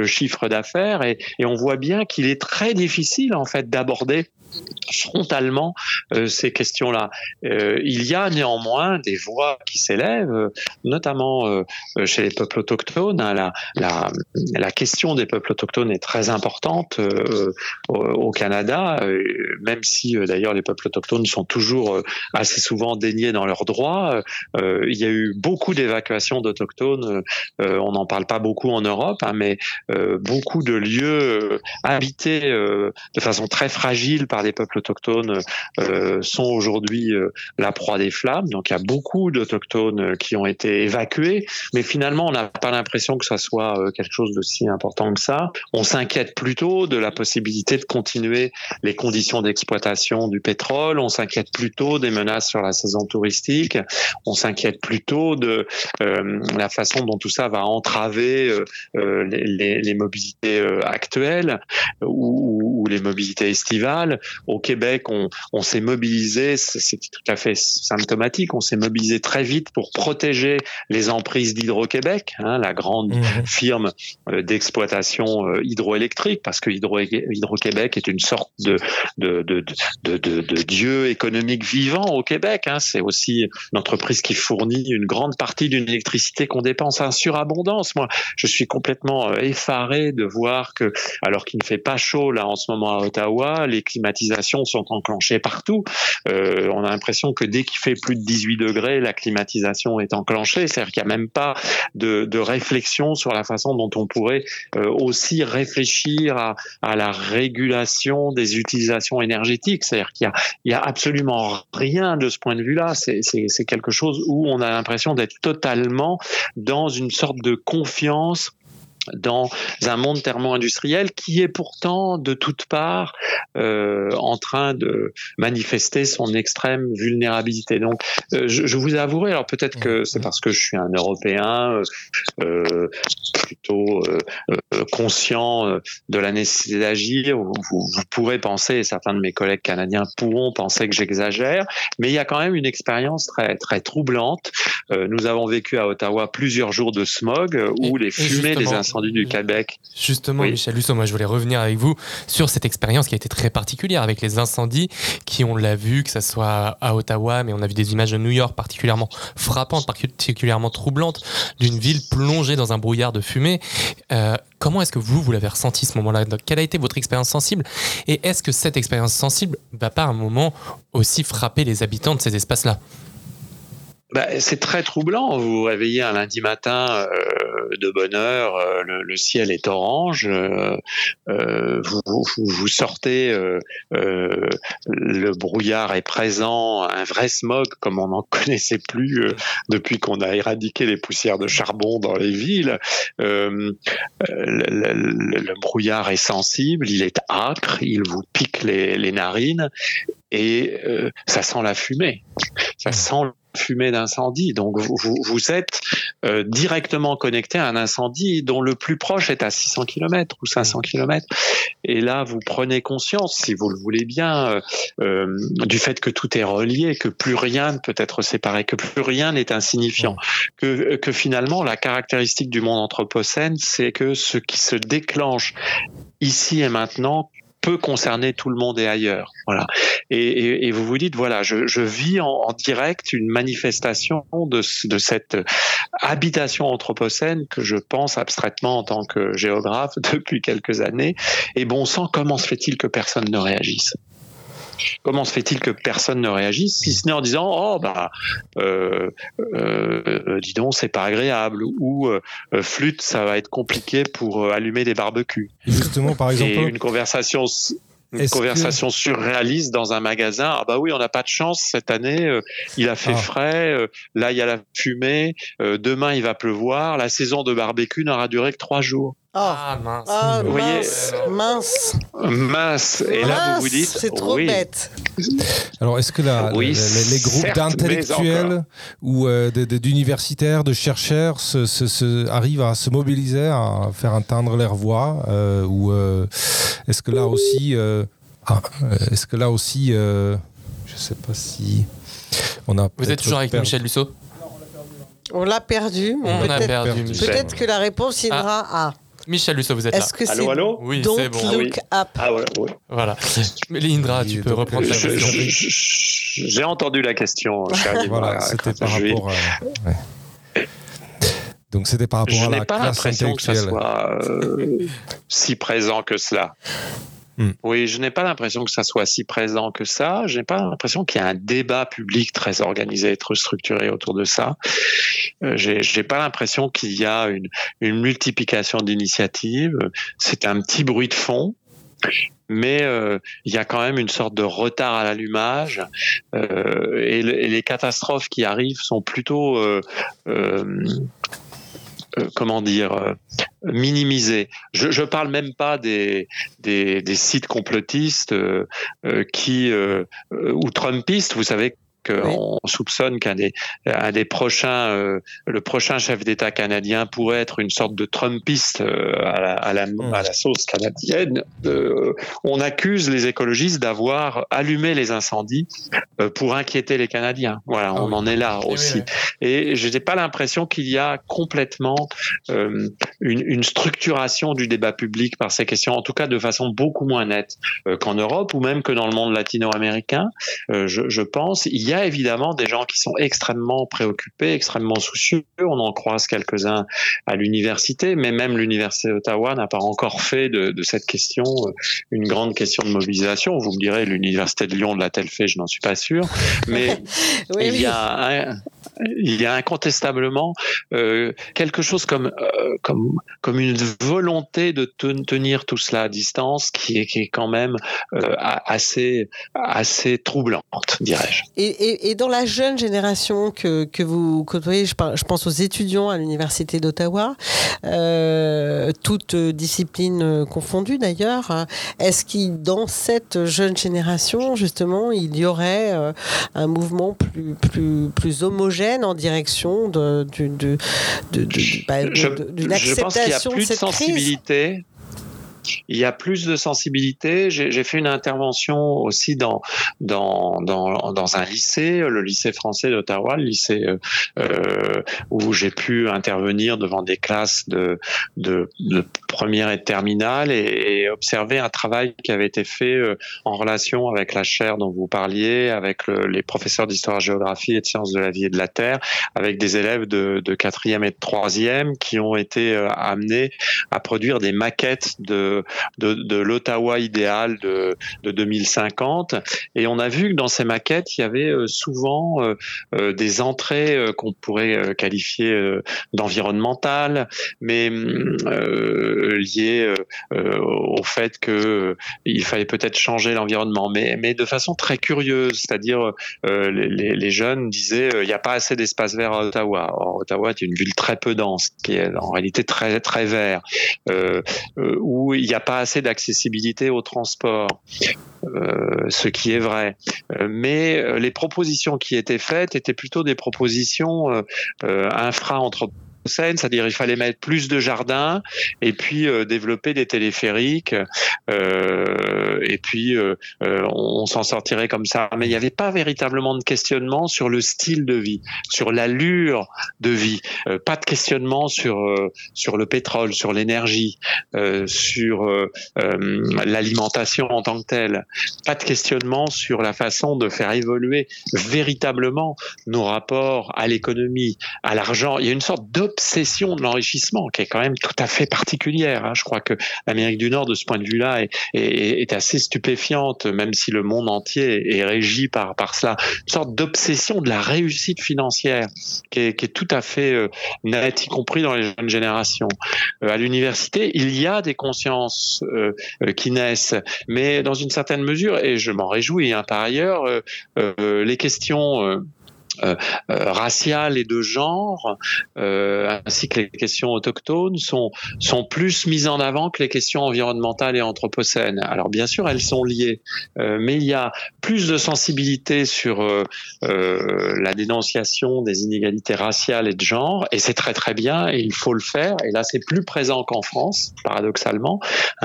chiffre d'affaires et on voit bien qu'il est très difficile en fait d'aborder frontalement ces questions-là. Il y a néanmoins des voix qui s'élèvent, notamment chez les peuples autochtones. La question des peuples autochtones est très importante au Canada, même si d'ailleurs les peuples autochtones sont toujours assez souvent déniés dans leurs droits. Il y a eu beaucoup d'évacuations d'autochtones, on n'en parle pas beaucoup en Europe, mais beaucoup de lieux habités de façon très fragile par des peuples autochtones sont aujourd'hui la proie des flammes. Donc il y a beaucoup d'autochtones qui ont été évacués, mais finalement on n'a pas l'impression que ça soit quelque chose de si important que ça. On s'inquiète plutôt de la possibilité de continuer les conditions d'exploitation du pétrole, on s'inquiète plutôt des menaces sur la saison touristique, on s'inquiète plutôt de la façon dont tout ça va entraver les mobilités actuelles ou les mobilités estivales. Au Québec, on s'est mobilisé, c'est tout à fait symptomatique, on s'est mobilisé très vite pour protéger les emprises d'Hydro-Québec, la grande firme d'exploitation hydroélectrique, parce que Hydro-Québec est une sorte de dieu économique vivant au Québec. C'est aussi une entreprise qui fournit une grande partie d'une électricité qu'on dépense en surabondance. Moi, je suis complètement effaré de voir que, alors qu'il ne fait pas chaud là en ce moment à Ottawa, les climatisations sont enclenchées partout. On a l'impression que dès qu'il fait plus de 18 degrés, la climatisation est enclenchée. C'est-à-dire qu'il n'y a même pas de réflexion sur la façon dont on pourrait aussi réfléchir à la régulation des utilisations énergétiques. C'est-à-dire qu'il y a absolument rien de ce point de vue-là. C'est quelque chose où on a l'impression d'être totalement dans une sorte de confiance dans un monde thermo-industriel qui est pourtant de toutes parts en train de manifester son extrême vulnérabilité. Donc, je vous avouerai, alors peut-être que c'est parce que je suis un Européen plutôt conscient de la nécessité d'agir. Vous pourrez penser, et certains de mes collègues canadiens pourront penser que j'exagère, mais il y a quand même une expérience très, très troublante. Nous avons vécu à Ottawa plusieurs jours de smog où les fumées des incendies du Québec. Justement, oui. Michel Lusseau, moi je voulais revenir avec vous sur cette expérience qui a été très particulière avec les incendies qui, on l'a vu, que ce soit à Ottawa, mais on a vu des images de New York particulièrement frappantes, particulièrement troublantes, d'une ville plongée dans un brouillard de fumée. Comment est-ce que vous l'avez ressenti ce moment-là ? Quelle a été votre expérience sensible ? Et est-ce que cette expérience sensible ne va pas à un moment aussi frapper les habitants de ces espaces-là ? C'est très troublant. Vous vous réveillez un lundi matin de bonne heure, le ciel est orange, vous sortez, le brouillard est présent, un vrai smog comme on n'en connaissait plus depuis qu'on a éradiqué les poussières de charbon dans les villes. Le brouillard est sensible, il est âcre, il vous pique les narines et ça sent la fumée. Ça sent fumée d'incendie. Donc vous êtes directement connecté à un incendie dont le plus proche est à 600 km ou 500 km. Et là, vous prenez conscience, si vous le voulez bien, du fait que tout est relié, que plus rien ne peut être séparé, que plus rien n'est insignifiant, que finalement, la caractéristique du monde anthropocène, c'est que ce qui se déclenche ici et maintenant peut concerner tout le monde et ailleurs. Voilà. Et vous vous dites, voilà, je vis en direct une manifestation de cette habitation anthropocène que je pense abstraitement en tant que géographe depuis quelques années. Et bon sang, comment se fait-il que personne ne réagisse ? Comment se fait-il que personne ne réagisse, si ce n'est en disant dis donc, c'est pas agréable, ou flûte, ça va être compliqué pour allumer des barbecues. Justement, par exemple, et une conversation surréaliste dans un magasin. Ah bah oui, on n'a pas de chance cette année. Il a fait frais. Là, il y a la fumée. Demain, il va pleuvoir. La saison de barbecue n'aura duré que 3 jours. Mince. Vous voyez, mince. Et là, vous vous dites, c'est trop bête. Alors, est-ce que les groupes d'intellectuels ou d'universitaires, de chercheurs arrivent à se mobiliser, à faire entendre leur voix ou est-ce que là aussi, je ne sais pas si on a. Vous êtes toujours avec Michel Lusseau ? On l'a perdu. Peut-être que la réponse viendra à. Michel Lusso, vous êtes là. Est-ce que allô, allô? Oui, Don't c'est bon. Look Up. Ah ouais, ouais. Voilà. Mais Lindra, tu peux reprendre ta question. J'ai entendu la question. Voilà, c'était par rapport à... Donc c'était par rapport à la classe intellectuelle. Je n'ai pas l'impression que ça soit si présent que cela. Oui, je n'ai pas l'impression que ça soit si présent que ça. Je n'ai pas l'impression qu'il y a un débat public très organisé et très structuré autour de ça. J'ai pas l'impression qu'il y a une multiplication d'initiatives. C'est un petit bruit de fond. Mais il y a quand même une sorte de retard à l'allumage et les catastrophes qui arrivent sont plutôt minimisé. Je parle même pas des sites complotistes ou trumpistes, vous savez, qu'on soupçonne qu'un des prochains, le prochain chef d'État canadien pourrait être une sorte de trumpiste à la sauce canadienne. On accuse les écologistes d'avoir allumé les incendies pour inquiéter les Canadiens. Voilà, on en est là aussi. Et je n'ai pas l'impression qu'il y a complètement une structuration du débat public par ces questions, en tout cas de façon beaucoup moins nette qu'en Europe ou même que dans le monde latino-américain. Je pense, il y a évidemment des gens qui sont extrêmement préoccupés, extrêmement soucieux. On en croise quelques-uns à l'université, mais même l'université d'Ottawa n'a pas encore fait de cette question une grande question de mobilisation. Vous me direz, l'université de Lyon l'a-t-elle fait? Je n'en suis pas sûr. Mais il y a incontestablement quelque chose comme une volonté de tenir tout cela à distance qui est quand même assez troublante, dirais-je. Et dans la jeune génération que vous côtoyez, je pense aux étudiants à l'université d'Ottawa, toutes disciplines confondues d'ailleurs, est-ce qu'il dans cette jeune génération justement il y aurait un mouvement plus homogène en direction d'une acceptation de cette crise? Il y a plus de sensibilité. J'ai fait une intervention aussi dans un lycée, le lycée français d'Ottawa, le lycée où j'ai pu intervenir devant des classes de première et de terminale et observer un travail qui avait été fait en relation avec la chaire dont vous parliez, avec les professeurs d'histoire-géographie et de sciences de la vie et de la terre, avec des élèves de 4e et de 3e qui ont été amenés à produire des maquettes de l'Ottawa idéal de 2050. Et on a vu que dans ces maquettes, il y avait souvent des entrées qu'on pourrait qualifier d'environnementales, mais liées au fait qu'il fallait peut-être changer l'environnement, mais de façon très curieuse. C'est-à-dire, les jeunes disaient il n'y a pas assez d'espace vert à Ottawa. Or, Ottawa est une ville très peu dense, qui est en réalité très, très vert, où il n'y a pas assez d'accessibilité au transport, ce qui est vrai. Mais les propositions qui étaient faites étaient plutôt des propositions infra-anthropologiques, c'est-à-dire il fallait mettre plus de jardins et puis développer des téléphériques et puis on s'en sortirait comme ça. Mais il n'y avait pas véritablement de questionnement sur le style de vie, sur l'allure de vie, pas de questionnement sur le pétrole, sur l'énergie, sur l'alimentation en tant que telle, pas de questionnement sur la façon de faire évoluer véritablement nos rapports à l'économie, à l'argent. Il y a une sorte d'obsession de l'enrichissement qui est quand même tout à fait particulière. Je crois que l'Amérique du Nord, de ce point de vue-là, est assez stupéfiante, même si le monde entier est régi par cela. Une sorte d'obsession de la réussite financière qui est tout à fait nette, y compris dans les jeunes générations. À l'université, il y a des consciences qui naissent, mais dans une certaine mesure, et je m'en réjouis par ailleurs, les questions raciales et de genre, ainsi que les questions autochtones, sont plus mises en avant que les questions environnementales et anthropocènes. Alors bien sûr, elles sont liées, mais il y a plus de sensibilité sur la dénonciation des inégalités raciales et de genre, et c'est très très bien, et il faut le faire, et là c'est plus présent qu'en France, paradoxalement.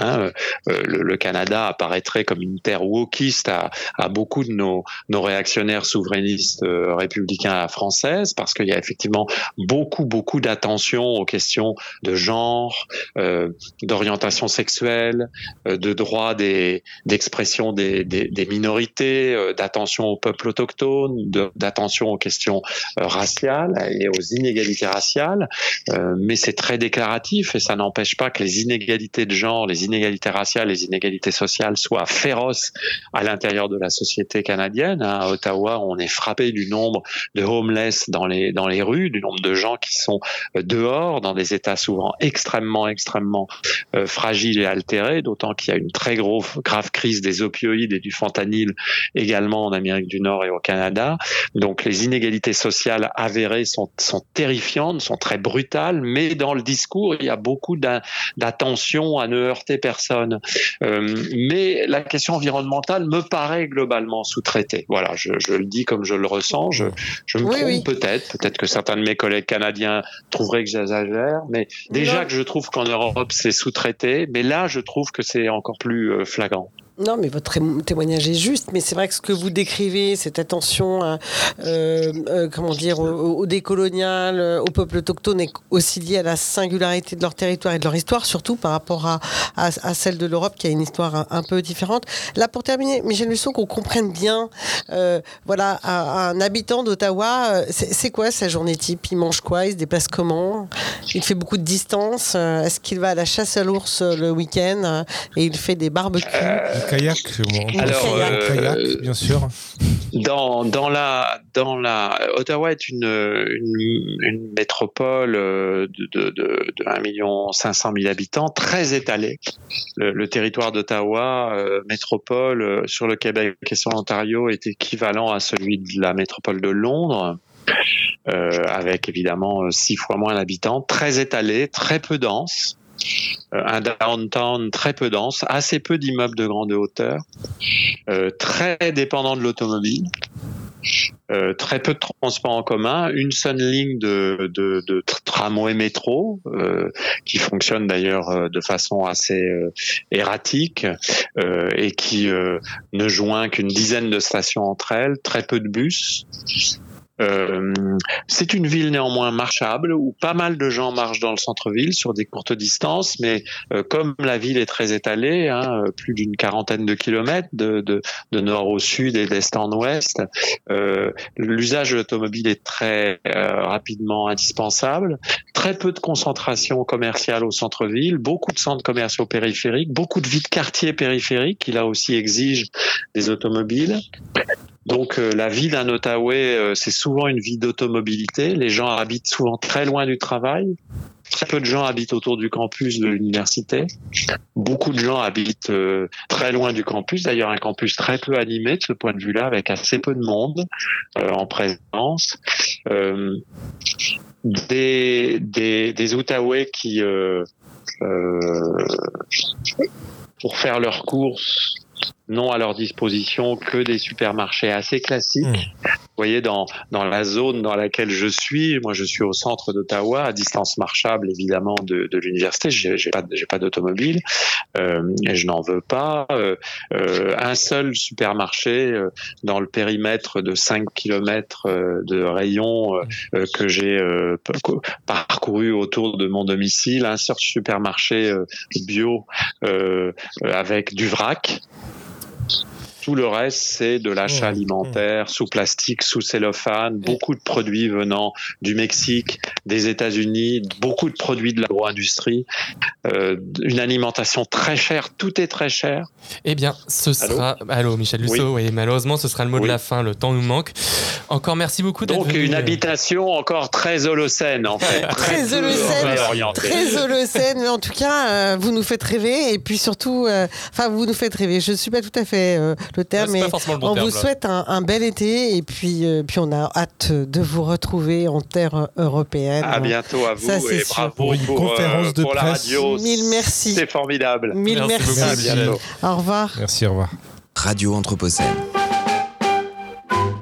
Le Canada apparaîtrait comme une terre wokiste à beaucoup de nos réactionnaires souverainistes républicains, républicain à la française, parce qu'il y a effectivement beaucoup d'attention aux questions de genre, d'orientation sexuelle, de droit d'expression des minorités, d'attention aux peuples autochtones, d'attention aux questions raciales et aux inégalités raciales, mais c'est très déclaratif et ça n'empêche pas que les inégalités de genre, les inégalités raciales, les inégalités sociales soient féroces à l'intérieur de la société canadienne. À Ottawa, on est frappé du nombre de homeless dans les rues, du nombre de gens qui sont dehors dans des états souvent extrêmement fragiles et altérés, d'autant qu'il y a une très grave crise des opioïdes et du fentanyl également en Amérique du Nord et au Canada. Donc les inégalités sociales avérées sont terrifiantes, sont très brutales, mais dans le discours, il y a beaucoup d'attention à ne heurter personne. Mais la question environnementale me paraît globalement sous-traitée. Voilà, je le dis comme je le ressens. Je me trompe peut-être que certains de mes collègues canadiens trouveraient que j'exagère, mais déjà que je trouve qu'en Europe c'est sous-traité, mais là je trouve que c'est encore plus flagrant. Non, mais votre témoignage est juste, mais c'est vrai que ce que vous décrivez, cette attention au décolonial, au peuple autochtone, est aussi lié à la singularité de leur territoire et de leur histoire, surtout par rapport à celle de l'Europe, qui a une histoire un peu différente. Là, pour terminer, Michel Lussault, qu'on comprenne bien, un habitant d'Ottawa, c'est quoi sa journée type? Il mange quoi? Il se déplace comment? Il fait beaucoup de distance? Est-ce qu'il va à la chasse à l'ours le week-end et il fait des barbecues? Kayak, kayak, bien sûr. Ottawa est une métropole de 1 500 000 habitants, très étalée. Le territoire d'Ottawa, métropole sur le Québec et sur l'Ontario, est équivalent à celui de la métropole de Londres. Avec évidemment 6 fois moins d'habitants, très étalé, très peu dense. Un downtown très peu dense, assez peu d'immeubles de grande hauteur, très dépendant de l'automobile, très peu de transports en commun, une seule ligne de tramway métro qui fonctionne d'ailleurs de façon assez erratique et qui ne joint qu'une dizaine de stations entre elles, très peu de bus. C'est une ville néanmoins marchable où pas mal de gens marchent dans le centre-ville sur des courtes distances, mais comme la ville est très étalée, plus d'une 40aine de kilomètres de nord au sud et d'est en ouest, l'usage de l'automobile est très rapidement indispensable. Très peu de concentration commerciale au centre-ville, beaucoup de centres commerciaux périphériques, beaucoup de vie de quartier périphérique qui là aussi exigent des automobiles. Donc la vie d'un Ottawais, c'est souvent une vie d'automobilité. Les gens habitent souvent très loin du travail. Très peu de gens habitent autour du campus de l'université. Beaucoup de gens habitent très loin du campus. D'ailleurs, un campus très peu animé de ce point de vue-là, avec assez peu de monde en présence. Des Ottawais qui, pour faire leurs courses, n'ont à leur disposition que des supermarchés assez classiques. Vous voyez, dans la zone dans laquelle je suis, moi je suis au centre d'Ottawa, à distance marchable évidemment de l'université, j'ai pas d'automobile et je n'en veux pas. Un seul supermarché dans le périmètre de 5 km de rayon que j'ai parcouru autour de mon domicile, un seul supermarché bio avec du vrac. Tout le reste, c'est de l'achat alimentaire sous plastique, sous cellophane, beaucoup de produits venant du Mexique, des États-Unis, beaucoup de produits de l'agro-industrie, une alimentation très chère, tout est très cher. Eh bien, ce sera... Allô, Michel Lussault, oui, malheureusement, ce sera le mot de la fin, le temps nous manque. Encore merci beaucoup d'être venu. Donc, une habitation encore très holocène, en fait. Très holocène, mais en tout cas, vous nous faites rêver, et puis surtout, vous nous faites rêver. Je ne suis pas tout à fait... le terme, mais on vous souhaite un bel été et puis on a hâte de vous retrouver en terre européenne. À bientôt à vous. Ça, et bravo pour une conférence de pour la presse. radio. Mille merci. C'est formidable. Mille merci. À bientôt. Au revoir. Merci, au revoir. Radio Anthropocène.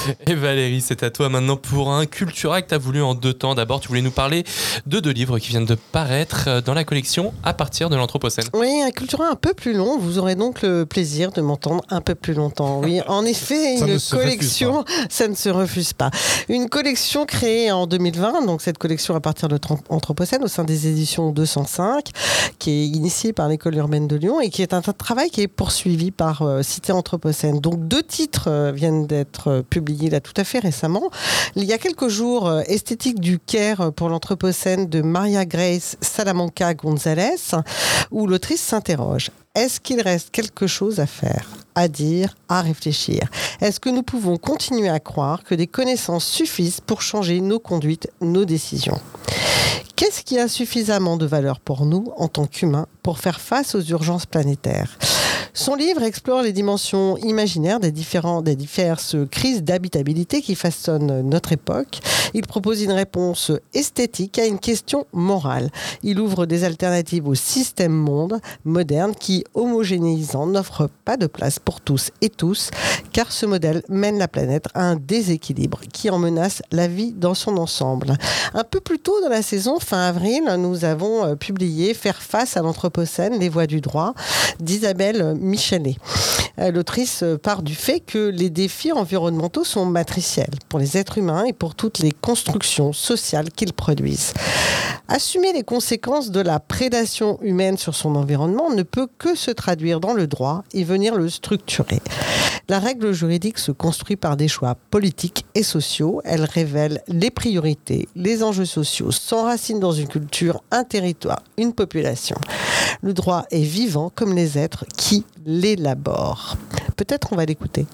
Et Valérie, c'est à toi maintenant pour un Cultura que tu as voulu en 2 temps. D'abord, tu voulais nous parler de 2 livres qui viennent de paraître dans la collection à partir de l'Anthropocène. Oui, un Cultura un peu plus long. Vous aurez donc le plaisir de m'entendre un peu plus longtemps. Oui, en effet, une collection, ça ne se refuse pas. Une collection créée en 2020, donc cette collection à partir de l'Anthropocène au sein des éditions 205, qui est initiée par l'École urbaine de Lyon et qui est un travail qui est poursuivi par Cité Anthropocène. Donc 2 titres viennent d'être publiés là tout à fait récemment. Il y a quelques jours, Esthétique du Caire pour l'Anthropocène de Maria Grace Salamanca González, où l'autrice s'interroge. Est-ce qu'il reste quelque chose à faire, à dire, à réfléchir ? Est-ce que nous pouvons continuer à croire que des connaissances suffisent pour changer nos conduites, nos décisions ? Qu'est-ce qui a suffisamment de valeur pour nous, en tant qu'humains, pour faire face aux urgences planétaires ? Son livre explore les dimensions imaginaires des diverses crises d'habitabilité qui façonnent notre époque. Il propose une réponse esthétique à une question morale. Il ouvre des alternatives au système monde moderne qui, homogénéisant, n'offre pas de place pour tous et tous, car ce modèle mène la planète à un déséquilibre qui en menace la vie dans son ensemble. Un peu plus tôt dans la saison, fin avril, nous avons publié Faire face à l'Anthropocène, les voies du droit, d'Isabelle Michelet. L'autrice part du fait que les défis environnementaux sont matriciels pour les êtres humains et pour toutes les constructions sociales qu'ils produisent. Assumer les conséquences de la prédation humaine sur son environnement ne peut que se traduire dans le droit et venir le structurer. La règle juridique se construit par des choix politiques et sociaux. Elle révèle les priorités, les enjeux sociaux, s'enracine dans une culture, un territoire, une population. Le droit est vivant comme les êtres qui l'élaborent. Peut-être on va l'écouter.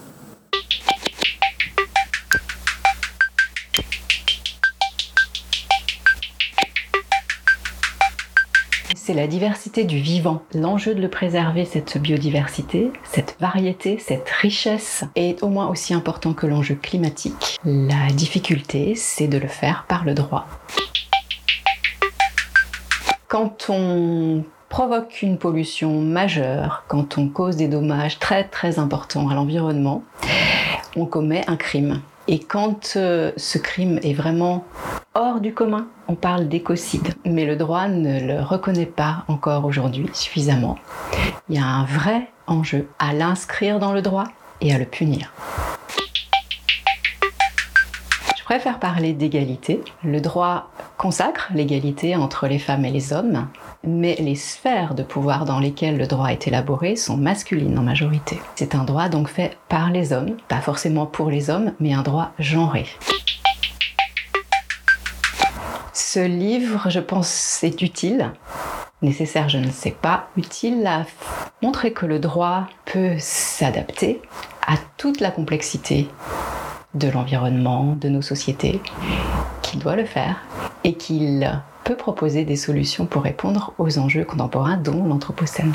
C'est la diversité du vivant. L'enjeu de le préserver, cette biodiversité, cette variété, cette richesse est au moins aussi important que l'enjeu climatique. La difficulté, c'est de le faire par le droit. Quand on provoque une pollution majeure, quand on cause des dommages très très importants à l'environnement, on commet un crime. Et quand ce crime est vraiment hors du commun, on parle d'écocide. Mais le droit ne le reconnaît pas encore aujourd'hui suffisamment. Il y a un vrai enjeu à l'inscrire dans le droit et à le punir. Je préfère parler d'égalité. Le droit consacre l'égalité entre les femmes et les hommes, mais les sphères de pouvoir dans lesquelles le droit est élaboré sont masculines en majorité. C'est un droit donc fait par les hommes, pas forcément pour les hommes, mais un droit genré. Ce livre, je pense, est utile. Nécessaire, je ne sais pas. Utile à montrer que le droit peut s'adapter à toute la complexité de l'environnement, de nos sociétés, qu'il doit le faire et qu'il peut proposer des solutions pour répondre aux enjeux contemporains, dont l'Anthropocène.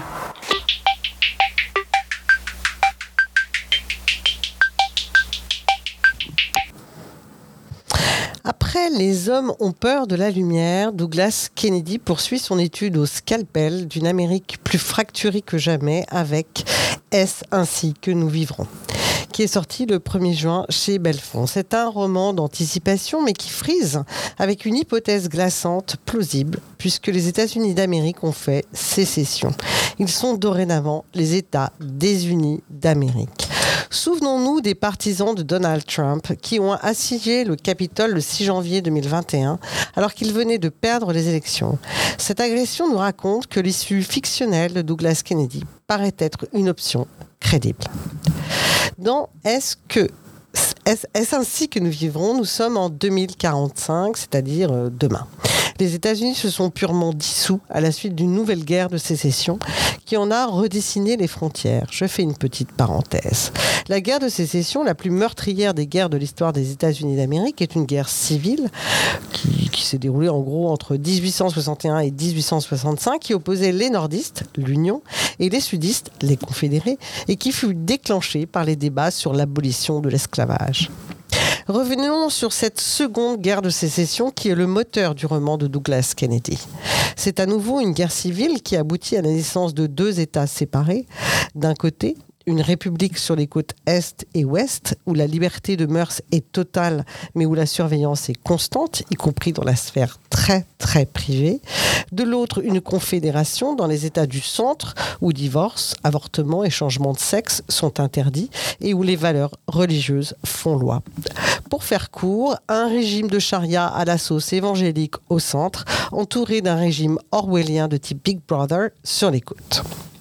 Après Les hommes ont peur de la lumière, Douglas Kennedy poursuit son étude au scalpel d'une Amérique plus fracturée que jamais avec Est-ce ainsi que nous vivrons ? Qui est sorti le 1er juin chez Belfond. C'est un roman d'anticipation, mais qui frise avec une hypothèse glaçante, plausible, puisque les États-Unis d'Amérique ont fait sécession. Ils sont dorénavant les États désunis d'Amérique. Souvenons-nous des partisans de Donald Trump qui ont assiégé le Capitole le 6 janvier 2021 alors qu'il venait de perdre les élections. Cette agression nous raconte que l'issue fictionnelle de Douglas Kennedy paraît être une option crédible. Dans Est-ce ainsi que nous vivrons ? Nous sommes en 2045, c'est-à-dire demain. Les États-Unis se sont purement dissous à la suite d'une nouvelle guerre de sécession qui en a redessiné les frontières. Je fais une petite parenthèse. La guerre de sécession, la plus meurtrière des guerres de l'histoire des États-Unis d'Amérique, est une guerre civile qui s'est déroulée en gros entre 1861 et 1865, qui opposait les nordistes, l'Union, et les sudistes, les confédérés, et qui fut déclenchée par les débats sur l'abolition de l'esclavage. Revenons sur cette seconde guerre de sécession qui est le moteur du roman de Douglas Kennedy. C'est à nouveau une guerre civile qui aboutit à la naissance de deux États séparés. D'un côté, une république sur les côtes est et ouest, où la liberté de mœurs est totale, mais où la surveillance est constante, y compris dans la sphère très, très privée. De l'autre, une confédération dans les États du centre, où divorce, avortement et changement de sexe sont interdits, et où les valeurs religieuses font loi. Pour faire court, un régime de charia à la sauce évangélique au centre, entouré d'un régime orwellien de type Big Brother sur les côtes.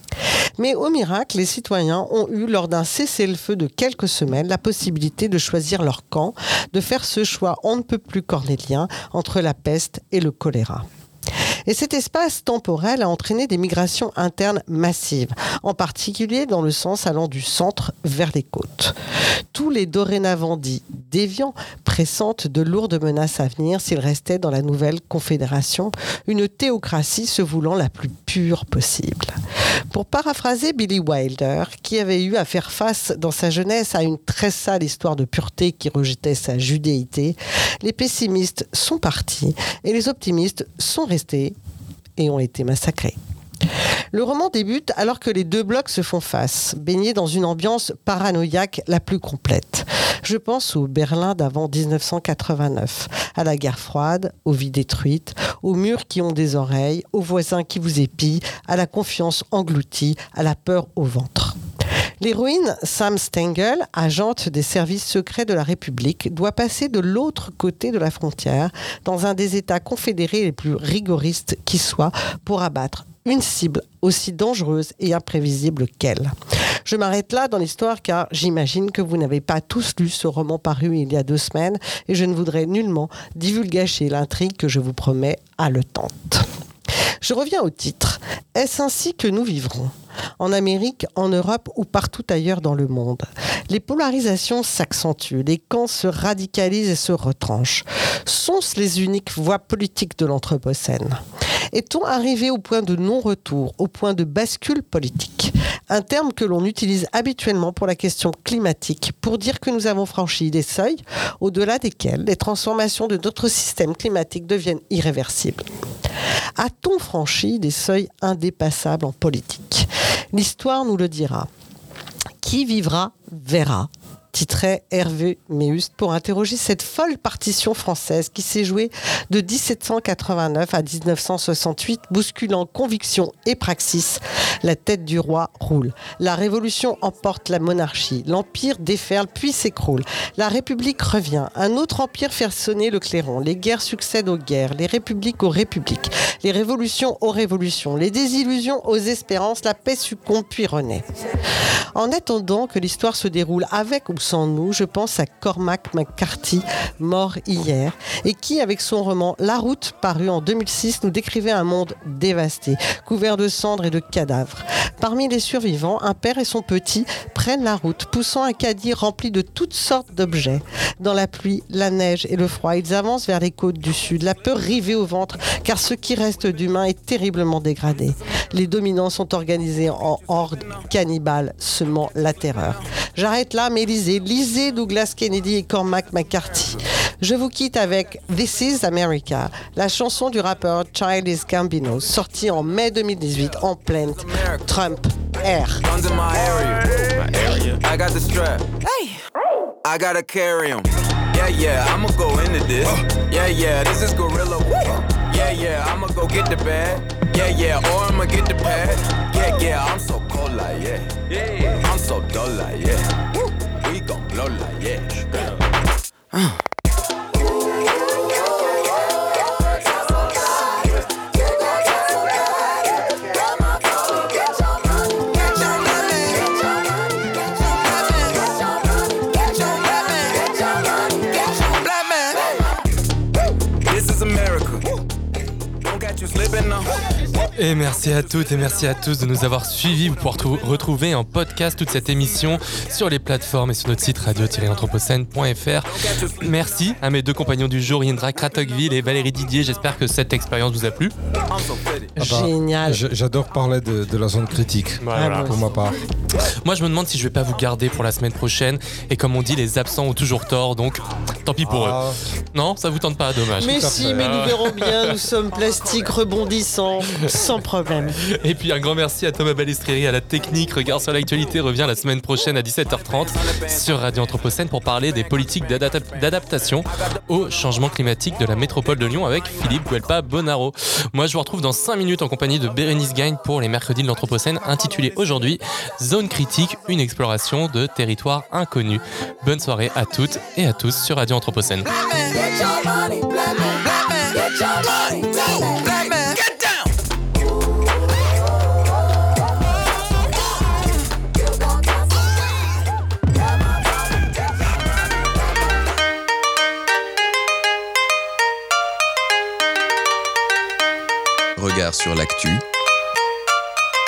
Mais au miracle, les citoyens ont eu, lors d'un cessez-le-feu de quelques semaines, la possibilité de choisir leur camp, de faire ce choix on ne peut plus cornélien entre la peste et le choléra. Et cet espace temporel a entraîné des migrations internes massives, en particulier dans le sens allant du centre vers les côtes. Tous les dorénavant dits déviants pressentent de lourdes menaces à venir s'ils restaient dans la nouvelle confédération, une théocratie se voulant la plus pure possible. Pour paraphraser Billy Wilder, qui avait eu à faire face dans sa jeunesse à une très sale histoire de pureté qui rejetait sa judéité, les pessimistes sont partis et les optimistes sont restés et ont été massacrés. Le roman débute alors que les deux blocs se font face, baignés dans une ambiance paranoïaque la plus complète. Je pense au Berlin d'avant 1989, à la guerre froide, aux vies détruites, aux murs qui ont des oreilles, aux voisins qui vous épient, à la confiance engloutie, à la peur au ventre. L'héroïne Sam Stengel, agente des services secrets de la République, doit passer de l'autre côté de la frontière, dans un des États confédérés les plus rigoristes qui soient, pour abattre une cible aussi dangereuse et imprévisible qu'elle. Je m'arrête là dans l'histoire car j'imagine que vous n'avez pas tous lu ce roman paru il y a 2 semaines et je ne voudrais nullement divulgacher l'intrigue que je vous promets haletante. Je reviens au titre. Est-ce ainsi que nous vivrons ? En Amérique, en Europe ou partout ailleurs dans le monde. Les polarisations s'accentuent, les camps se radicalisent et se retranchent. Sont-ce les uniques voies politiques de l'Anthropocène ? Est-on arrivé au point de non-retour, au point de bascule politique ? Un terme que l'on utilise habituellement pour la question climatique, pour dire que nous avons franchi des seuils au-delà desquels les transformations de notre système climatique deviennent irréversibles. A-t-on franchi des seuils indépassables en politique ? L'histoire nous le dira. Qui vivra, verra, titrait Hervé Méust pour interroger cette folle partition française qui s'est jouée de 1789 à 1968, bousculant conviction et praxis. La tête du roi roule. La Révolution emporte la monarchie. L'Empire déferle puis s'écroule. La République revient. Un autre empire fait sonner le clairon. Les guerres succèdent aux guerres. Les républiques aux républiques. Les révolutions aux révolutions. Les désillusions aux espérances. La paix succombe puis renaît. En attendant que l'histoire se déroule avec ou sans nous, je pense à Cormac McCarthy, mort hier, et qui, avec son roman La Route, paru en 2006, nous décrivait un monde dévasté, couvert de cendres et de cadavres. Parmi les survivants, un père et son petit prennent la route, poussant un caddie rempli de toutes sortes d'objets. Dans la pluie, la neige et le froid, ils avancent vers les côtes du sud, la peur rivée au ventre, car ce qui reste d'humain est terriblement dégradé. Les dominants sont organisés en hordes cannibales, semant la terreur. J'arrête là, mais lisez Douglas Kennedy et Cormac McCarthy. Je vous quitte avec This is America, la chanson du rappeur Childish Gambino, sortie en mai 2018 en pleine Trump Air. I got the strap. Hey, I gotta carry him. Yeah, I'ma go into this. Yeah, this is gorilla. Yeah, I'ma go get the bag. Yeah, or I'ma get the pad. Yeah, I'm so cold like yeah. I'm so dull like yeah. We gon' blow like yeah. Et merci à toutes et merci à tous de nous avoir suivis. Vous pourrez retrouver en podcast toute cette émission sur les plateformes et sur notre site radio-anthropocène.fr. Merci à mes 2 compagnons du jour, Indra Kratokville et Valérie Didier. J'espère que cette expérience vous a plu. Génial. J'adore parler de la zone critique, voilà. Pour ma part. Moi, je me demande si je vais pas vous garder pour la semaine prochaine. Et comme on dit, les absents ont toujours tort, donc tant pis pour eux. Non, ça vous tente pas, dommage. Mais si, mais nous verrons bien. Nous sommes plastiques, rebondissant, sans problème. Et puis un grand merci à Thomas Balestrieri à la technique. Regard sur l'actualité revient la semaine prochaine à 17h30 sur Radio Anthropocène pour parler des politiques d'adaptation au changement climatique de la métropole de Lyon avec Philippe Guelpa-Bonaro. Moi je vous retrouve dans 5 minutes en compagnie de Bérénice Gagne pour les mercredis de l'Anthropocène intitulé aujourd'hui Zone critique, une exploration de territoires inconnus. Bonne soirée à toutes et à tous sur Radio Anthropocène. Regard sur l'actu.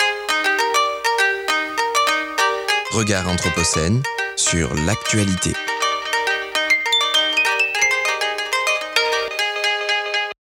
Regard Anthropocène sur l'actualité.